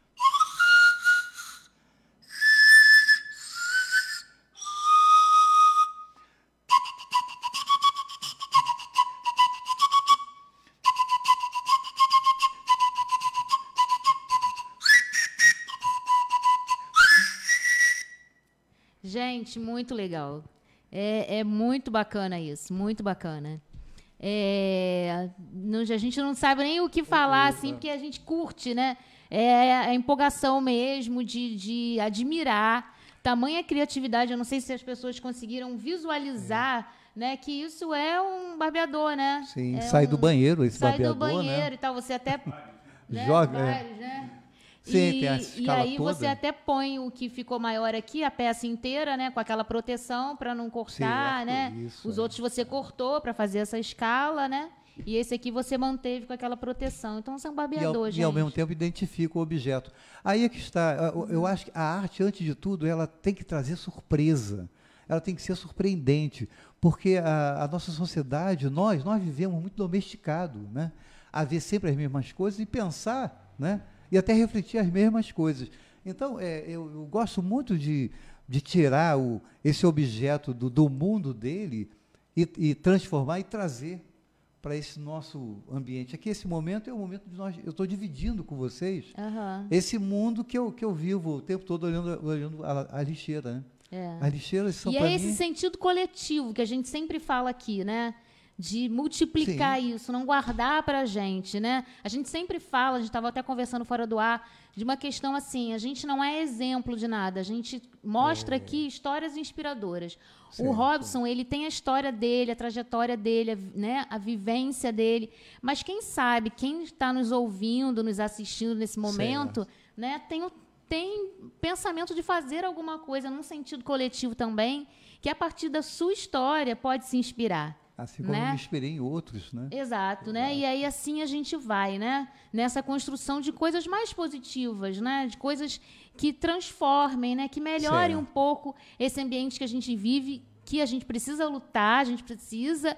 Gente, muito legal. É, é muito bacana isso, muito bacana. É, não- a gente não sabe nem o que falar, assim, porque a gente curte, né? É a empolgação mesmo de, de admirar tamanha criatividade. Eu não sei se as pessoas conseguiram visualizar, né? Que isso é um barbeador, né? Sim, É sai um- do banheiro esse sai barbeador, do banheiro né? e tal. Você até né, Joga, é. vários, né? Sim, e, tem a e escala aí toda. você até põe o que ficou maior aqui, a peça inteira, né, com aquela proteção para não cortar, Certo, né? isso, Os é. outros você cortou para fazer essa escala, né? E esse aqui você manteve com aquela proteção. Então são E ao, barbeadores, e ao gente. mesmo tempo identifica o objeto. Aí é que está. Eu, eu acho que a arte, antes de tudo, ela tem que trazer surpresa. Ela tem que ser surpreendente, porque a, a nossa sociedade, nós, nós vivemos muito domesticado, né? A ver sempre as mesmas coisas e pensar, né? E até refletir as mesmas coisas. Então, é, eu, eu gosto muito de, de tirar o, esse objeto do, do mundo dele e, e transformar e trazer para esse nosso ambiente. Aqui, esse momento é o momento de nós. Eu estou dividindo com vocês Aham. esse mundo que eu, que eu vivo o tempo todo olhando, olhando a, a lixeira, né? É. As lixeiras são E para é esse mim. sentido coletivo que a gente sempre fala aqui, né? De multiplicar isso, não guardar para a gente, né? A gente sempre fala, a gente estava até conversando fora do ar, de uma questão assim, a gente não é exemplo de nada, a gente mostra aqui histórias inspiradoras. Certo. O Robson, ele tem a história dele, a trajetória dele, a, né, a vivência dele, mas quem sabe, quem está nos ouvindo, nos assistindo nesse momento, né, tem o tem pensamento de fazer alguma coisa num sentido coletivo também, que a partir da sua história pode se inspirar. Assim como né? eu me inspirei em outros, né? Exato, né? E aí assim a gente vai, né? Nessa construção de coisas mais positivas, né? De coisas que transformem, né? Que melhorem Certo. um pouco esse ambiente que a gente vive, que a gente precisa lutar, a gente precisa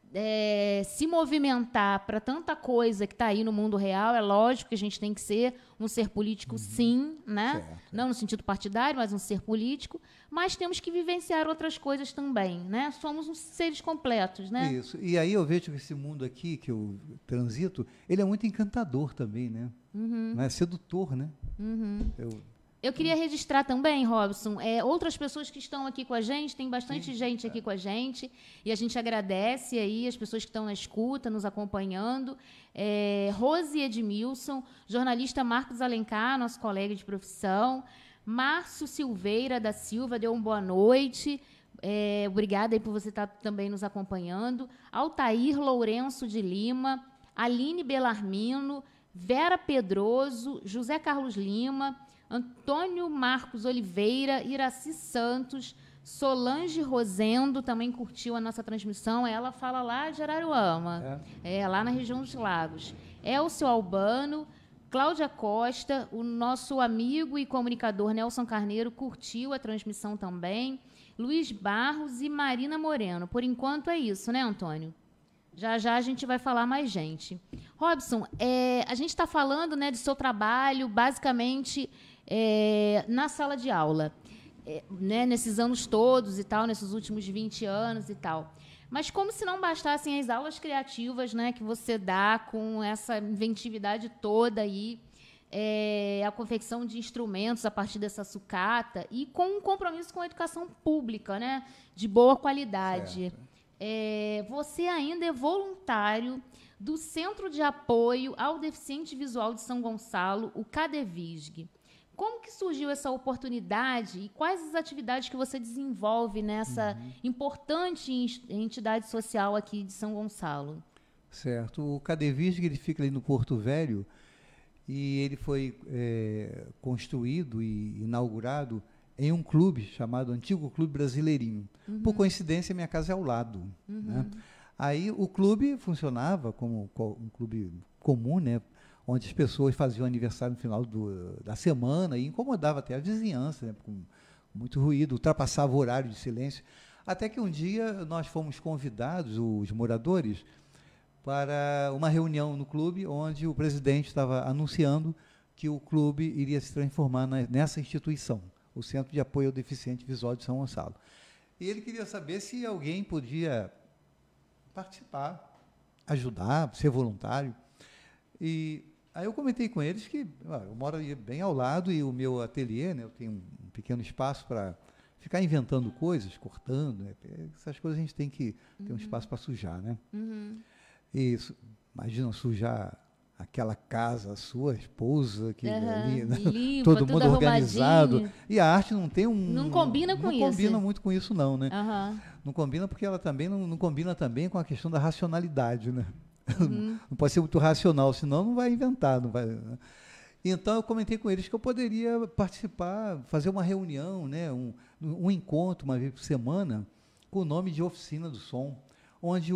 é, se movimentar para tanta coisa que está aí no mundo real. É lógico que a gente tem que ser um ser político, sim, né? Certo. Não no sentido partidário, mas um ser político. Mas temos que vivenciar outras coisas também, né? Somos uns seres completos, né? Isso. E aí eu vejo que esse mundo aqui que eu transito, ele é muito encantador também, né? Uhum. Não é sedutor, né? Uhum. Eu, Eu queria registrar também, Robson, é, outras pessoas que estão aqui com a gente, tem bastante Sim, gente aqui com a gente, e a gente agradece aí as pessoas que estão na escuta, nos acompanhando. É, Rose Edmilson, jornalista Marcos Alencar, nosso colega de profissão, Márcio Silveira da Silva, deu uma boa noite. É, obrigada aí por você estar também nos acompanhando. Altair Lourenço de Lima, Aline Belarmino, Vera Pedroso, José Carlos Lima, Antônio Marcos Oliveira, Iraci Santos, Solange Rosendo também curtiu a nossa transmissão. Ela fala lá de Araruama, é, é lá na região dos Lagos. Elcio Albano, Cláudia Costa, o nosso amigo e comunicador Nelson Carneiro curtiu a transmissão também. Luiz Barros e Marina Moreno. Por enquanto é isso, né, Antônio? Já já a gente vai falar mais gente. Robson, é, a gente está falando, né, do seu trabalho, basicamente, é, na sala de aula, é, né, nesses anos todos e tal, nesses últimos vinte anos e tal. Mas como se não bastassem as aulas criativas, né, que você dá com essa inventividade toda aí, é, a confecção de instrumentos a partir dessa sucata e com um compromisso com a educação pública, né, de boa qualidade. É, você ainda é voluntário do Centro de Apoio ao Deficiente Visual de São Gonçalo, o CADEVISG. Como que surgiu essa oportunidade e quais as atividades que você desenvolve nessa uhum. importante entidade social aqui de São Gonçalo? Certo. O CADEVISG ele fica ali no Porto Velho e ele foi é, construído e inaugurado em um clube chamado Antigo Clube Brasileirinho. Uhum. Por coincidência, minha casa é ao lado. Uhum. Né? Aí o clube funcionava como um clube comum, né? Onde as pessoas faziam aniversário no final do, da semana e incomodava até a vizinhança, né? Com muito ruído, ultrapassava o horário de silêncio. Até que um dia nós fomos convidados, os moradores, para uma reunião no clube, onde o presidente estava anunciando que o clube iria se transformar na, nessa instituição, o Centro de Apoio ao Deficiente Visual de São Gonçalo. E ele queria saber se alguém podia participar, ajudar, ser voluntário. E aí eu comentei com eles que ó, eu moro aí bem ao lado e o meu ateliê, né, eu tenho um pequeno espaço para ficar inventando coisas, cortando, né, essas coisas a gente tem que ter um espaço para sujar, né? Uhum. Isso, imagina sujar aquela casa, a sua esposa, que uhum, ali, né? Limpa, todo mundo organizado. Arrumadinho. E a arte não tem um... Não combina com não isso. Não combina muito com isso, não, né? Uhum. Não combina porque ela também não, não combina também com a questão da racionalidade, né? Uhum. Não pode ser muito racional, senão não vai inventar. Não vai, né? Então, eu comentei com eles que eu poderia participar, fazer uma reunião, né? um, um encontro, uma vez por semana, com o nome de Oficina do Som, onde o,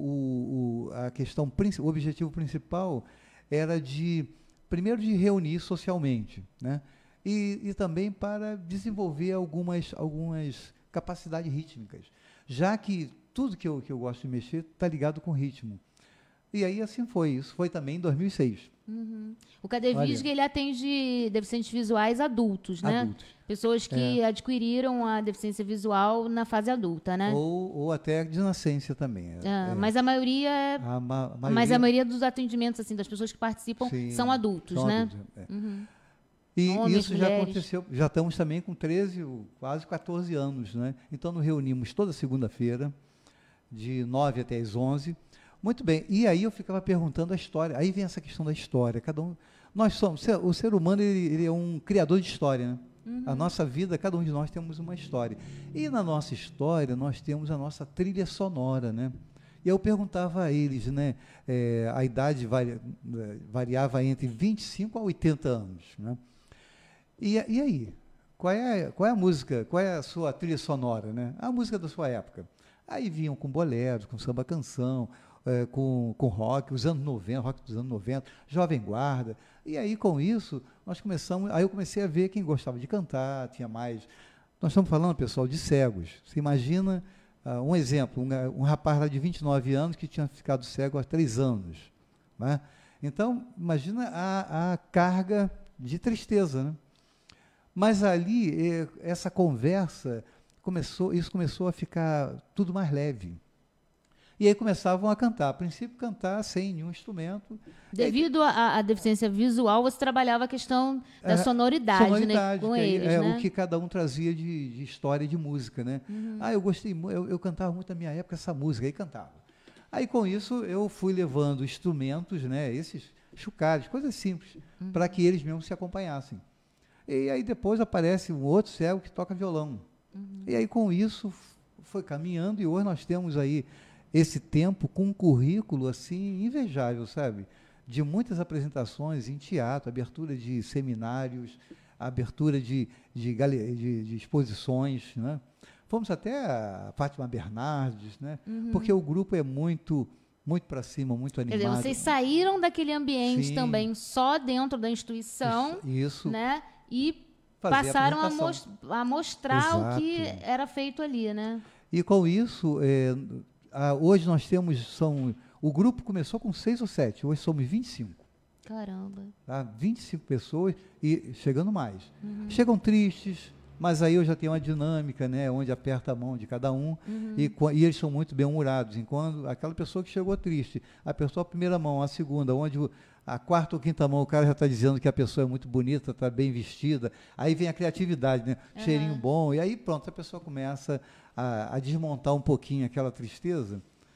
o, o, a questão, o objetivo principal era de, primeiro, de reunir socialmente, né? E, e também para desenvolver algumas, algumas capacidades rítmicas, já que tudo que eu, que eu gosto de mexer está ligado com ritmo. E aí assim foi, isso foi também em dois mil e seis. Uhum. O CADEVISG, ele atende deficientes visuais adultos, né? Adultos. Pessoas que é. adquiriram a deficiência visual na fase adulta, né? Ou, ou até de nascença também. Ah, é. Mas a maioria, a ma maioria... Mas a maioria dos atendimentos, assim, das pessoas que participam, Sim, são adultos, são né? Adultos, é. Uhum. E Homens, isso já mulheres. aconteceu, já estamos também com treze, quase quatorze anos, né? Então nos reunimos toda segunda-feira, de nove até as onze. Muito bem, e aí eu ficava perguntando a história, aí vem essa questão da história, cada um, nós somos, o ser humano ele, ele é um criador de história, né? Uhum. A nossa vida, cada um de nós temos uma história, e na nossa história nós temos a nossa trilha sonora, né? E eu perguntava a eles, né, é, a idade vari, variava entre vinte e cinco a oitenta anos, né? E, e aí, qual é, qual é a música, qual é a sua trilha sonora, né? A música da sua época. Aí vinham com boleros, com samba-canção, é, com, com rock, os anos noventa, rock dos anos noventa, Jovem Guarda. E aí, com isso, nós começamos. Aí eu comecei a ver quem gostava de cantar, tinha mais. Nós estamos falando, pessoal, de cegos. Você imagina uh, um exemplo, um, um rapaz lá de vinte e nove anos que tinha ficado cego há três anos. Né? Então, imagina a, a carga de tristeza. Né? Mas ali, eh, essa conversa, começou, isso começou a ficar tudo mais leve. E aí começavam a cantar. A princípio, cantar sem nenhum instrumento. Devido à deficiência visual, você trabalhava a questão da é, sonoridade, sonoridade, né, com que eles, é né? O que cada um trazia de, de história de música, né? Uhum. Ah, eu gostei, eu, eu cantava muito na minha época essa música, aí cantava. Aí, com isso, eu fui levando instrumentos, né, esses chocalhos, coisas simples, uhum. para que eles mesmos se acompanhassem. E aí depois aparece um outro cego que toca violão. Uhum. E aí, com isso, foi caminhando, e hoje nós temos aí esse tempo com um currículo assim invejável, sabe? De muitas apresentações em teatro, abertura de seminários, abertura de, de, de, de exposições, né? Fomos até a Fátima Bernardes, né? Uhum. Porque o grupo é muito, muito para cima, muito animado. Quer dizer, vocês saíram daquele ambiente Sim. também só dentro da instituição, isso, isso. né? E fazer passaram a, a, mos a mostrar Exato. O que era feito ali, né? E com isso, é, a, hoje nós temos, são, o grupo começou com seis ou sete, hoje somos vinte e cinco. Caramba. Tá? vinte e cinco pessoas e chegando mais. Uhum. Chegam tristes, mas aí eu já tenho uma dinâmica, né, onde aperta a mão de cada um, uhum. e, e eles são muito bem-humorados. Enquanto aquela pessoa que chegou triste apertou a primeira mão, a segunda, onde o, a quarta ou quinta mão o cara já está dizendo que a pessoa é muito bonita, está bem vestida, aí vem a criatividade, né? Uhum. Cheirinho bom, e aí pronto, a pessoa começa a, a desmontar um pouquinho aquela tristeza,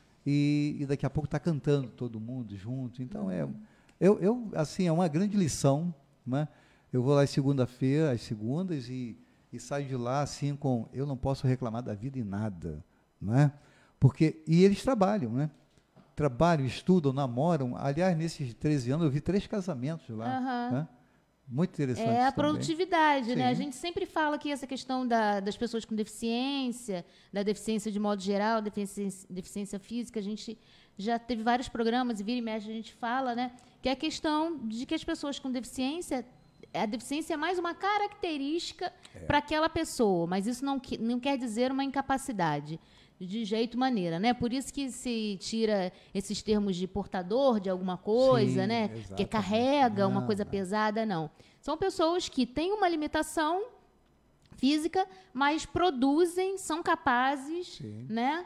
e, e daqui a pouco está cantando todo mundo junto. Então, uhum. é, eu, eu, assim, é uma grande lição, né? Eu vou lá às segunda-feira, às segundas, e, e saio de lá assim com, eu não posso reclamar da vida em nada, né? Porque, e eles trabalham, né? Trabalham, estudam, namoram. Aliás, nesses treze anos, eu vi três casamentos lá. Uhum. Né? Muito interessante. É a também. produtividade, Sim. né? A gente sempre fala que essa questão da, das pessoas com deficiência, da deficiência de modo geral, deficiência, deficiência física, a gente já teve vários programas, e vira e mexe a gente fala, né? Que é a questão de que as pessoas com deficiência, a deficiência é mais uma característica é. para aquela pessoa, mas isso não, não quer dizer uma incapacidade. De jeito maneira, né? Por isso que se tira esses termos de portador de alguma coisa, Sim, né? exatamente. Que carrega não, uma coisa não. pesada, não. São pessoas que têm uma limitação física, mas produzem, são capazes, Sim. né?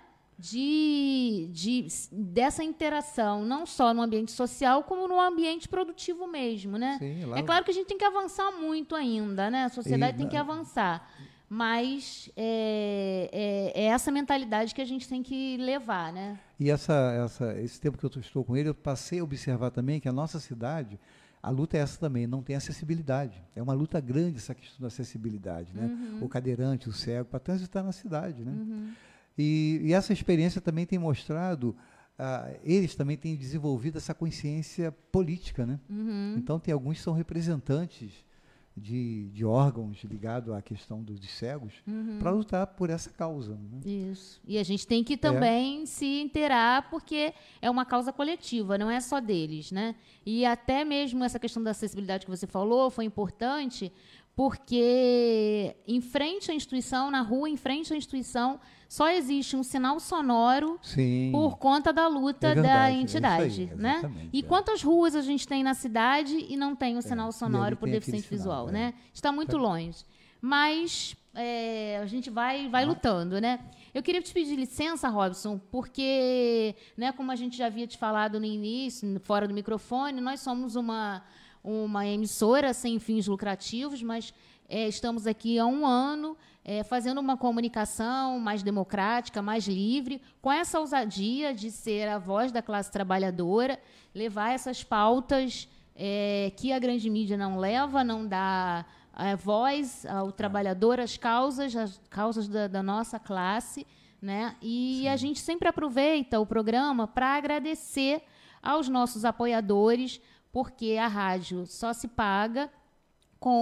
De, de, dessa interação, não só no ambiente social, como no ambiente produtivo mesmo, né? Sim, lá... É claro que a gente tem que avançar muito ainda, né? A sociedade e, tem que avançar. Mas é, é, é essa mentalidade que a gente tem que levar, né? E essa, essa, esse tempo que eu estou com ele, eu passei a observar também que a nossa cidade, a luta é essa também, não tem acessibilidade. É uma luta grande essa questão da acessibilidade, né? Uhum. O cadeirante, o cego, para transitar na cidade, né? Uhum. E, e essa experiência também tem mostrado, uh, eles também têm desenvolvido essa consciência política, né? Uhum. Então, tem alguns que são representantes De, de órgãos ligados à questão dos cegos, uhum. para lutar por essa causa. Né? Isso. E a gente tem que também é. se inteirar, porque é uma causa coletiva, não é só deles, né? E até mesmo essa questão da acessibilidade que você falou foi importante, porque em frente à instituição, na rua, em frente à instituição, só existe um sinal sonoro Sim. por conta da luta é verdade, da entidade. É aí, né? E é. quantas ruas a gente tem na cidade e não tem o sinal é. sonoro por deficiente visual? Sinal, né? Está muito tá. longe. Mas é, a gente vai, vai lutando. Né? Eu queria te pedir licença, Robson, porque, né, como a gente já havia te falado no início, fora do microfone, nós somos uma, uma emissora sem fins lucrativos, mas é, estamos aqui há um ano, É, fazendo uma comunicação mais democrática, mais livre, com essa ousadia de ser a voz da classe trabalhadora, levar essas pautas é, que a grande mídia não leva, não dá é, voz ao trabalhador, às causas, às causas da, da nossa classe, né? E Sim. a gente sempre aproveita o programa para agradecer aos nossos apoiadores, porque a rádio só se paga com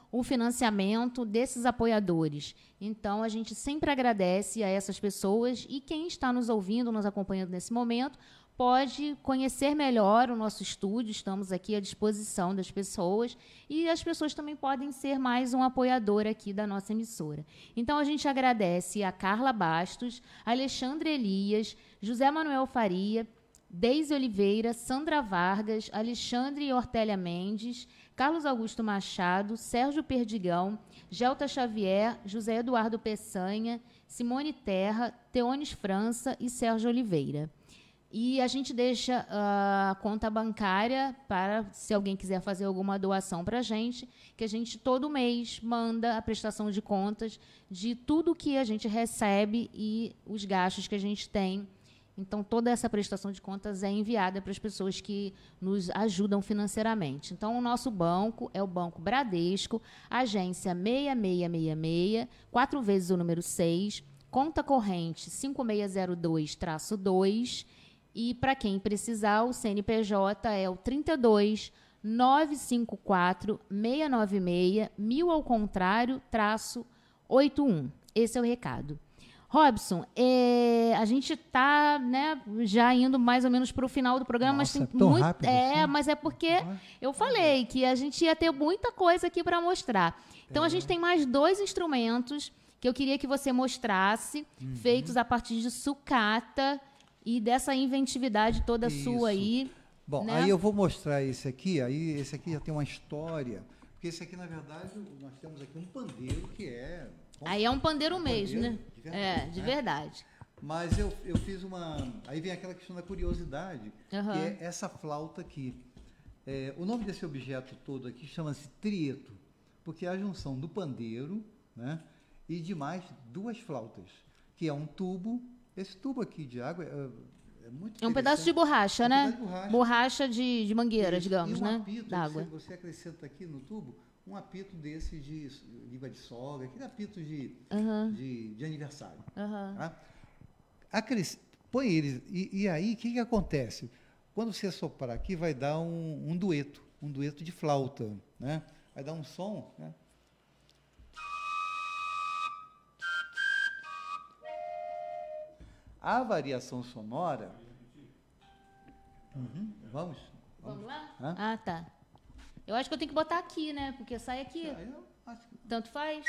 o financiamento desses apoiadores. Então, a gente sempre agradece a essas pessoas e quem está nos ouvindo, nos acompanhando nesse momento, pode conhecer melhor o nosso estúdio, estamos aqui à disposição das pessoas e as pessoas também podem ser mais um apoiador aqui da nossa emissora. Então, a gente agradece a Carla Bastos, Alexandre Elias, José Manuel Faria, Deise Oliveira, Sandra Vargas, Alexandre Ortélia Mendes, Carlos Augusto Machado, Sérgio Perdigão, Gelta Xavier, José Eduardo Peçanha, Simone Terra, Teones França e Sérgio Oliveira. E a gente deixa uh, a conta bancária para, se alguém quiser fazer alguma doação para a gente, que a gente todo mês manda a prestação de contas de tudo que a gente recebe e os gastos que a gente tem. Então, toda essa prestação de contas é enviada para as pessoas que nos ajudam financeiramente. Então, o nosso banco é o Banco Bradesco, agência seis seis seis seis, quatro vezes o número seis, conta corrente cinco seis zero dois dois, e, para quem precisar, o C N P J é o trinta e dois, nove cinco quatro, seis nove seis, mil ao contrário, traço oitenta e um. Esse é o recado. Robson, é, a gente está, né, já indo mais ou menos para o final do programa, Nossa, mas tem tão muito. rápido É, assim? mas é porque eu falei que a gente ia ter muita coisa aqui para mostrar. Então, É. a gente tem mais dois instrumentos que eu queria que você mostrasse, Uhum. feitos a partir de sucata e dessa inventividade toda Isso. sua aí. Bom, né? aí eu vou mostrar esse aqui, aí esse aqui já tem uma história, porque esse aqui, na verdade, nós temos aqui um pandeiro que é... Aí é um pandeiro um mesmo, pandeiro né? de verdade, É, de né? verdade. Mas eu, eu fiz uma... Aí vem aquela questão da curiosidade, Aham. que é essa flauta aqui. É, o nome desse objeto todo aqui chama-se trieto, porque é a junção do pandeiro, né, e de mais duas flautas, que é um tubo. Esse tubo aqui de água é, é muito É um pedaço de interessante. borracha, É um né? pedaço de borracha. Borracha de, de mangueira, Isso. digamos, e um né? apito, D'água. Você, você acrescenta aqui no tubo um apito desse de língua de sogra, aquele apito de, Aham. de, de aniversário. Aham. Tá? Acres- Põe eles, e, e aí o que, que acontece? Quando você soprar aqui, vai dar um, um dueto, um dueto de flauta, né? Vai dar um som, né? A variação sonora. Uhum, vamos? Vamos lá? Hã? Ah, tá. Eu acho que eu tenho que botar aqui, né? Porque sai aqui. Aí eu acho que- Tanto faz.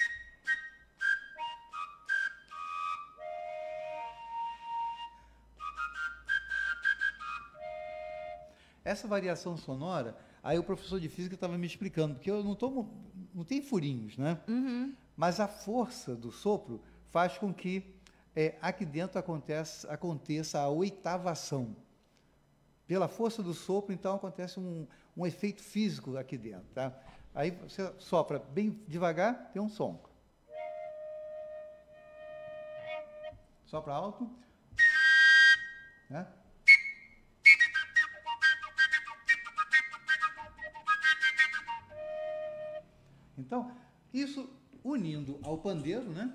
Essa variação sonora, aí o professor de física estava me explicando, porque eu não tomo, não tem furinhos, né? Uhum. Mas a força do sopro faz com que é, aqui dentro aconteça, aconteça a oitavação. Pela força do sopro, então, acontece um, um efeito físico aqui dentro. Tá? Aí você sopra bem devagar, tem um som. Sopra alto. Né? Então, isso unindo ao pandeiro, né?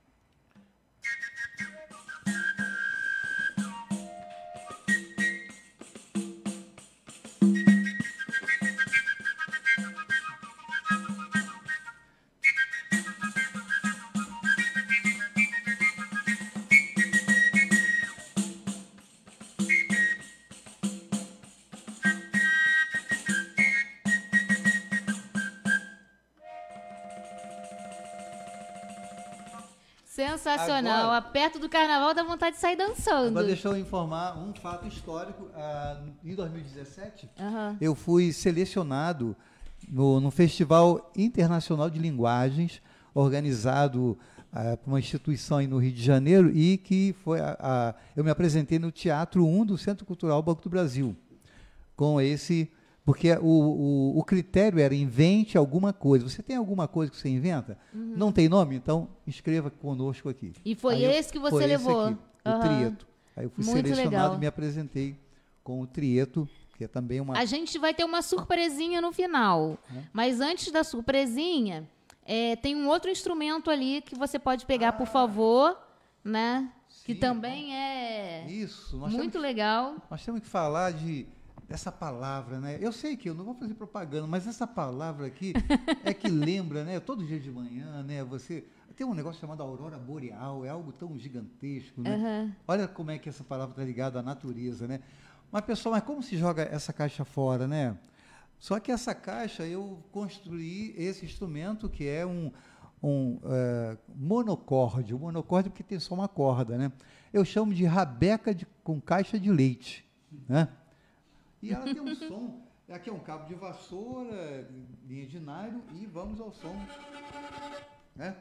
Sensacional. Agora- Ah, perto do carnaval dá vontade de sair dançando. Agora deixa eu informar um fato histórico. Ah, em dois mil e dezessete, Aham. eu fui selecionado no, no Festival Internacional de Linguagens, organizado ah, por uma instituição aí no Rio de Janeiro, e que foi a, a- eu me apresentei no Teatro um do Centro Cultural Banco do Brasil, com esse... Porque o, o, o critério era invente alguma coisa. Você tem alguma coisa que você inventa? Não tem nome? Então, escreva conosco aqui. E foi Aí eu- esse que você foi esse levou? aqui, o Aham. trieto. Aí eu fui Muito selecionado legal. e me apresentei com o trieto, que é também uma... A gente vai ter uma surpresinha no final. Mas antes da surpresinha, é, tem um outro instrumento ali que você pode pegar, por favor, né? Que Sim, também é Isso. Nós muito temos, legal. nós temos que falar de dessa palavra, né? Eu sei que eu não vou fazer propaganda, mas essa palavra aqui é que lembra, né? Todo dia de manhã, né? Você tem um negócio chamado aurora boreal, é algo tão gigantesco, né? Uhum. Olha como é que essa palavra está ligada à natureza, né? Mas, pessoal, mas como se joga essa caixa fora, né? Só que essa caixa eu construí esse instrumento que é um, um uh, monocorde, um monocorde porque tem só uma corda, né? Eu chamo de rabeca de, com caixa de leite, né? E ela tem um som, aqui é um cabo de vassoura, linha de nylon, e vamos ao som, né?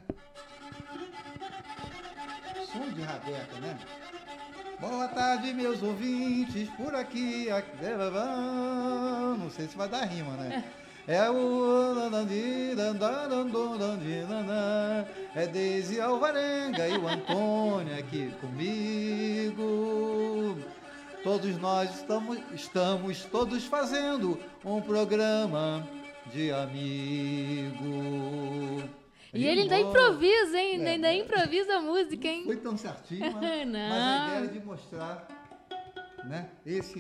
Som de rabeca, né? Boa tarde, meus ouvintes, por aqui, aqui, não sei se vai dar rima, né? É o é Deise Alvarenga e o Antônio aqui comigo. Todos nós estamos, estamos todos fazendo um programa de amigo. E ele ainda improvisa, hein? É, ainda é, improvisa a música, hein? Não foi tão certinho, mas, mas a ideia é de mostrar, né, esse...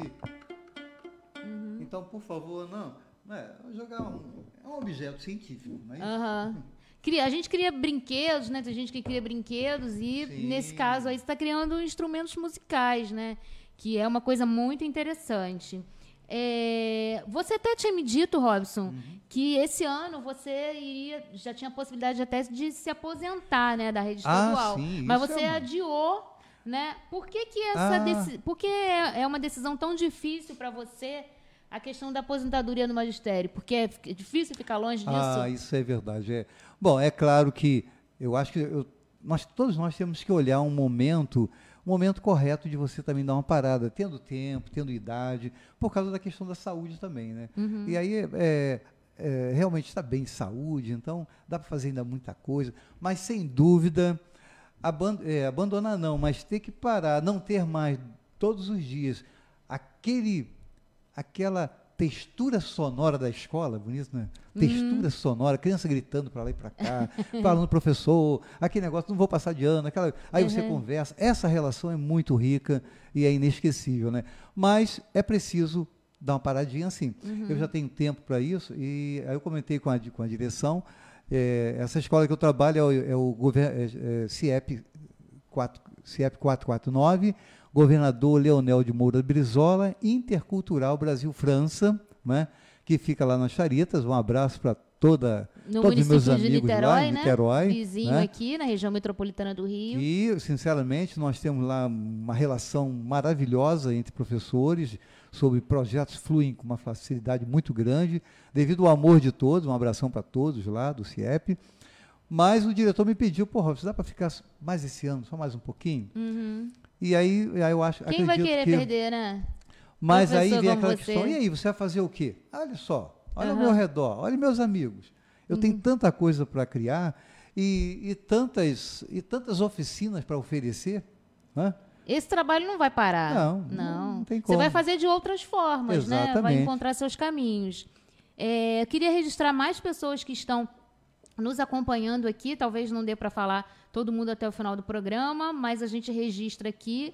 Uhum. Então, por favor, não... É, jogar um, é um objeto científico, não é isso? Uhum. A gente cria brinquedos, né? Tem gente que cria brinquedos e, sim, nesse caso aí, você está criando instrumentos musicais, né? Que é uma coisa muito interessante. É, você até tinha me dito, Robson, uhum, que esse ano você iria, já tinha a possibilidade até de se aposentar, né, da rede estadual. Ah, sim, mas isso você é adiou, né? Por que que essa ah. deci- por que é uma decisão tão difícil para você a questão da aposentadoria no magistério? Porque é difícil ficar longe disso? Ah, isso é verdade. É. Bom, é claro que eu acho que eu, nós, todos nós temos que olhar um momento, um momento correto de você também dar uma parada, tendo tempo, tendo idade, por causa da questão da saúde também, né? Uhum. E aí, é, é, realmente está bem de saúde, então dá para fazer ainda muita coisa, mas sem dúvida, aband é, abandonar não, mas ter que parar, não ter mais todos os dias aquele, aquela textura sonora da escola, bonito, né? Textura uhum. sonora, criança gritando para lá e para cá, falando professor, aquele negócio, não vou passar de ano, aquela, aí uhum. você conversa, essa relação é muito rica e é inesquecível, né? Mas é preciso dar uma paradinha assim. Uhum. Eu já tenho tempo para isso e aí eu comentei com a, com a direção, é, essa escola que eu trabalho é o, é o govern, é, é, CIEP, CIEP quatrocentos e quarenta e nove, Governador Leonel de Moura Brizola, Intercultural Brasil-França, né, que fica lá nas Charitas. Um abraço para toda, todos os meus amigos de Niterói, lá em né? Niterói. Vizinho, né? Aqui na região metropolitana do Rio. E, sinceramente, nós temos lá uma relação maravilhosa entre professores, sobre projetos fluem com uma facilidade muito grande, devido ao amor de todos. Um abração para todos lá do CIEP. Mas o diretor me pediu, porra, você dá para ficar mais esse ano, só mais um pouquinho? Uhum. E aí, aí eu acho... Quem vai querer que... perder, né? Mas aí vem aquela você. questão, e aí, você vai fazer o quê? Olha só, olha uhum. ao meu redor, olha meus amigos. Eu uhum. tenho tanta coisa para criar e, e, tantas, e tantas oficinas para oferecer, né? Esse trabalho não vai parar. Não, não, não, não tem como. Você vai fazer de outras formas, Exatamente. né? Vai encontrar seus caminhos. É, eu queria registrar mais pessoas que estão nos acompanhando aqui, talvez não dê para falar todo mundo até o final do programa, mas a gente registra aqui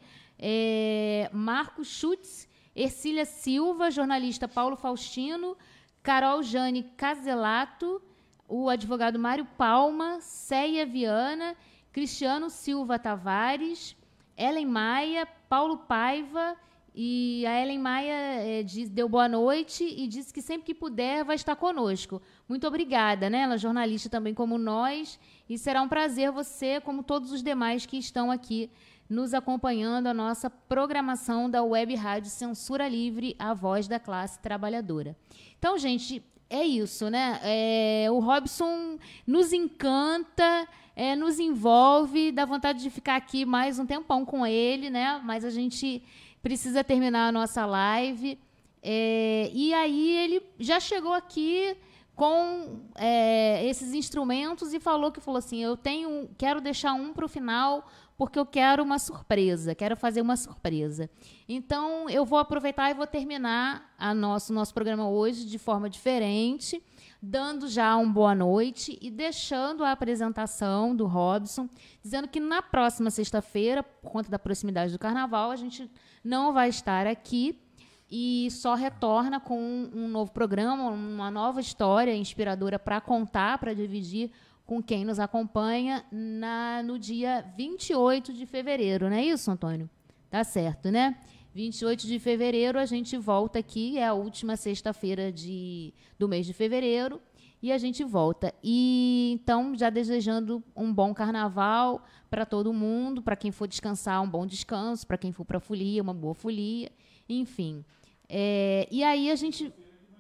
é, Marcos Schutz, Ercília Silva, jornalista Paulo Faustino, Carol Jane Caselato, o advogado Mário Palma, Céia Viana, Cristiano Silva Tavares, Ellen Maia, Paulo Paiva. E a Ellen Maia é, diz, deu boa noite e disse que sempre que puder vai estar conosco. Muito obrigada, né? Ela é jornalista também como nós e será um prazer você, como todos os demais que estão aqui nos acompanhando a nossa programação da Web Rádio Censura Livre, a voz da classe trabalhadora. Então, gente, é isso, né? É, o Robson nos encanta, é, nos envolve, dá vontade de ficar aqui mais um tempão com ele, né? Mas a gente precisa terminar a nossa live. É, e aí ele já chegou aqui com é, esses instrumentos e falou que falou assim, eu tenho, quero deixar um para o final porque eu quero uma surpresa, quero fazer uma surpresa. Então, eu vou aproveitar e vou terminar a nosso, nosso programa hoje de forma diferente, dando já uma boa noite e deixando a apresentação do Robson, dizendo que na próxima sexta-feira, por conta da proximidade do Carnaval, a gente não vai estar aqui, e só retorna com um, um novo programa, uma nova história inspiradora para contar, para dividir com quem nos acompanha na, no dia vinte e oito de fevereiro, não é isso, Antônio? Tá certo, né? vinte e oito de fevereiro a gente volta aqui, é a última sexta-feira de, do mês de fevereiro, e a gente volta. E então, já desejando um bom carnaval para todo mundo, para quem for descansar, um bom descanso, para quem for para a folia, uma boa folia, enfim. É, e aí a gente...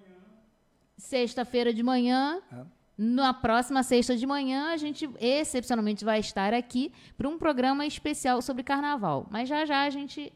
Sexta-feira de manhã... É. Na próxima sexta de manhã, a gente excepcionalmente vai estar aqui para um programa especial sobre carnaval. Mas já já a gente...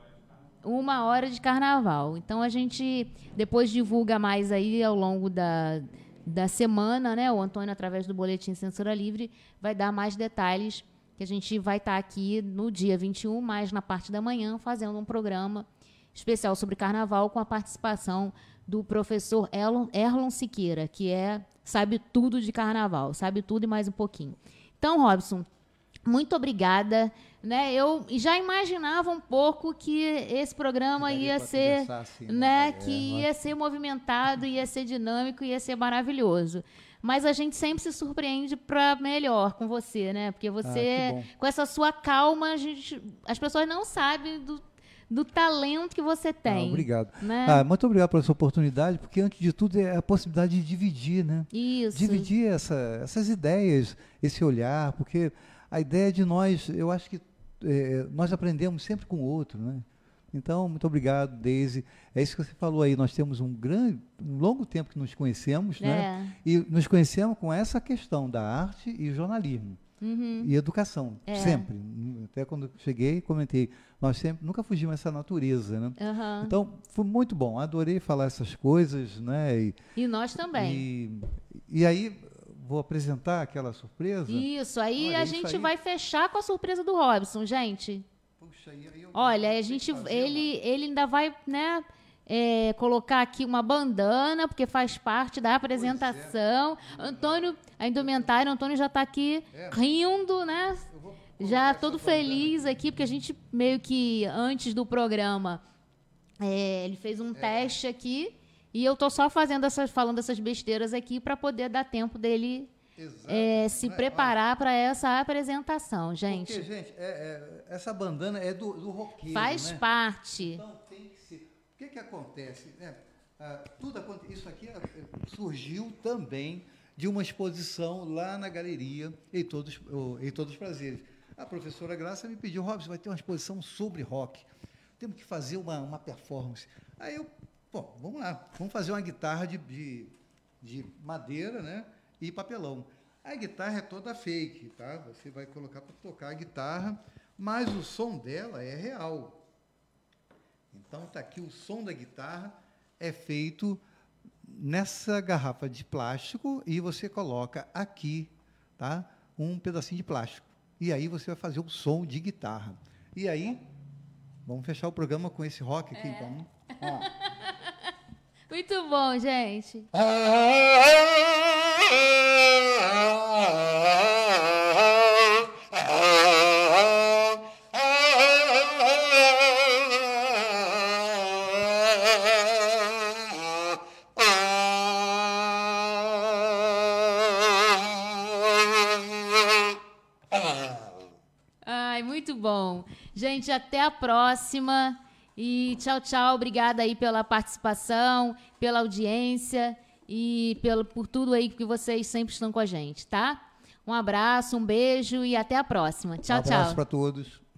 Uma hora de carnaval. Então, a gente depois divulga mais aí ao longo da, da semana, né? O Antônio, através do Boletim Censura Livre, vai dar mais detalhes, que a gente vai estar aqui no dia vinte e um, mais na parte da manhã, fazendo um programa especial sobre carnaval com a participação do professor Erlon, Erlon Siqueira, que é... sabe tudo de carnaval, sabe tudo e mais um pouquinho. Então, Robson, muito obrigada. Né? Eu já imaginava um pouco que esse programa ia ser, assim, né? né? que é, ia ser movimentado, ia ser dinâmico, ia ser maravilhoso. Mas a gente sempre se surpreende para melhor com você, né? Porque você, ah, com essa sua calma, a gente, as pessoas não sabem do do talento que você tem. Ah, obrigado. Né? Ah, muito obrigado por essa oportunidade, porque, antes de tudo, é a possibilidade de dividir, né? Isso. Dividir essa, essas ideias, esse olhar, porque a ideia de nós, eu acho que é, nós aprendemos sempre com o outro, né? Então, muito obrigado, Deise. É isso que você falou aí, nós temos um grande, um longo tempo que nos conhecemos, é. né? E nos conhecemos com essa questão da arte e jornalismo. Uhum. E educação, é. sempre. Até quando cheguei, comentei, nós sempre, nunca fugimos dessa natureza, né? Uhum. Então, foi muito bom, adorei falar essas coisas, né? E, e nós também. E, e aí, vou apresentar aquela surpresa. Isso, aí Olha, a isso gente aí... vai fechar com a surpresa do Robson, gente. Puxa, aí eu Olha, a gente, ele, ele ainda vai, né... É, colocar aqui uma bandana, porque faz parte da apresentação. É. Antônio, a indumentária, Antônio já está aqui é. rindo, né? Já todo feliz aqui, porque a gente meio que, antes do programa, é, ele fez um é. teste aqui, e eu estou só fazendo essas, falando essas besteiras aqui para poder dar tempo dele é, se é, preparar para essa apresentação, gente. Porque, gente, é, é, essa bandana é do, do roqueiro, faz né? parte. Então, tem que ser... O que, que acontece? É, ah, tudo aconte... Isso aqui surgiu também de uma exposição lá na galeria Em Todos, Em Todos os Prazeres. A professora Graça me pediu, Robson, vai ter uma exposição sobre rock. Temos que fazer uma, uma performance. Aí eu, bom, vamos lá, vamos fazer uma guitarra de, de, de madeira, né, e papelão. A guitarra é toda fake, tá? Você vai colocar para tocar a guitarra, mas o som dela é real. Então, está aqui, o som da guitarra é feito nessa garrafa de plástico e você coloca aqui, tá, um pedacinho de plástico. E aí você vai fazer o som de guitarra. E aí, vamos fechar o programa com esse rock aqui, é. então. Ah. Muito bom, gente. Muito bom. Gente, até a próxima. E tchau, tchau. Obrigada aí pela participação, pela audiência e pelo, por tudo aí que vocês sempre estão com a gente, tá? Um abraço, um beijo e até a próxima. Tchau, tchau. Um abraço para todos.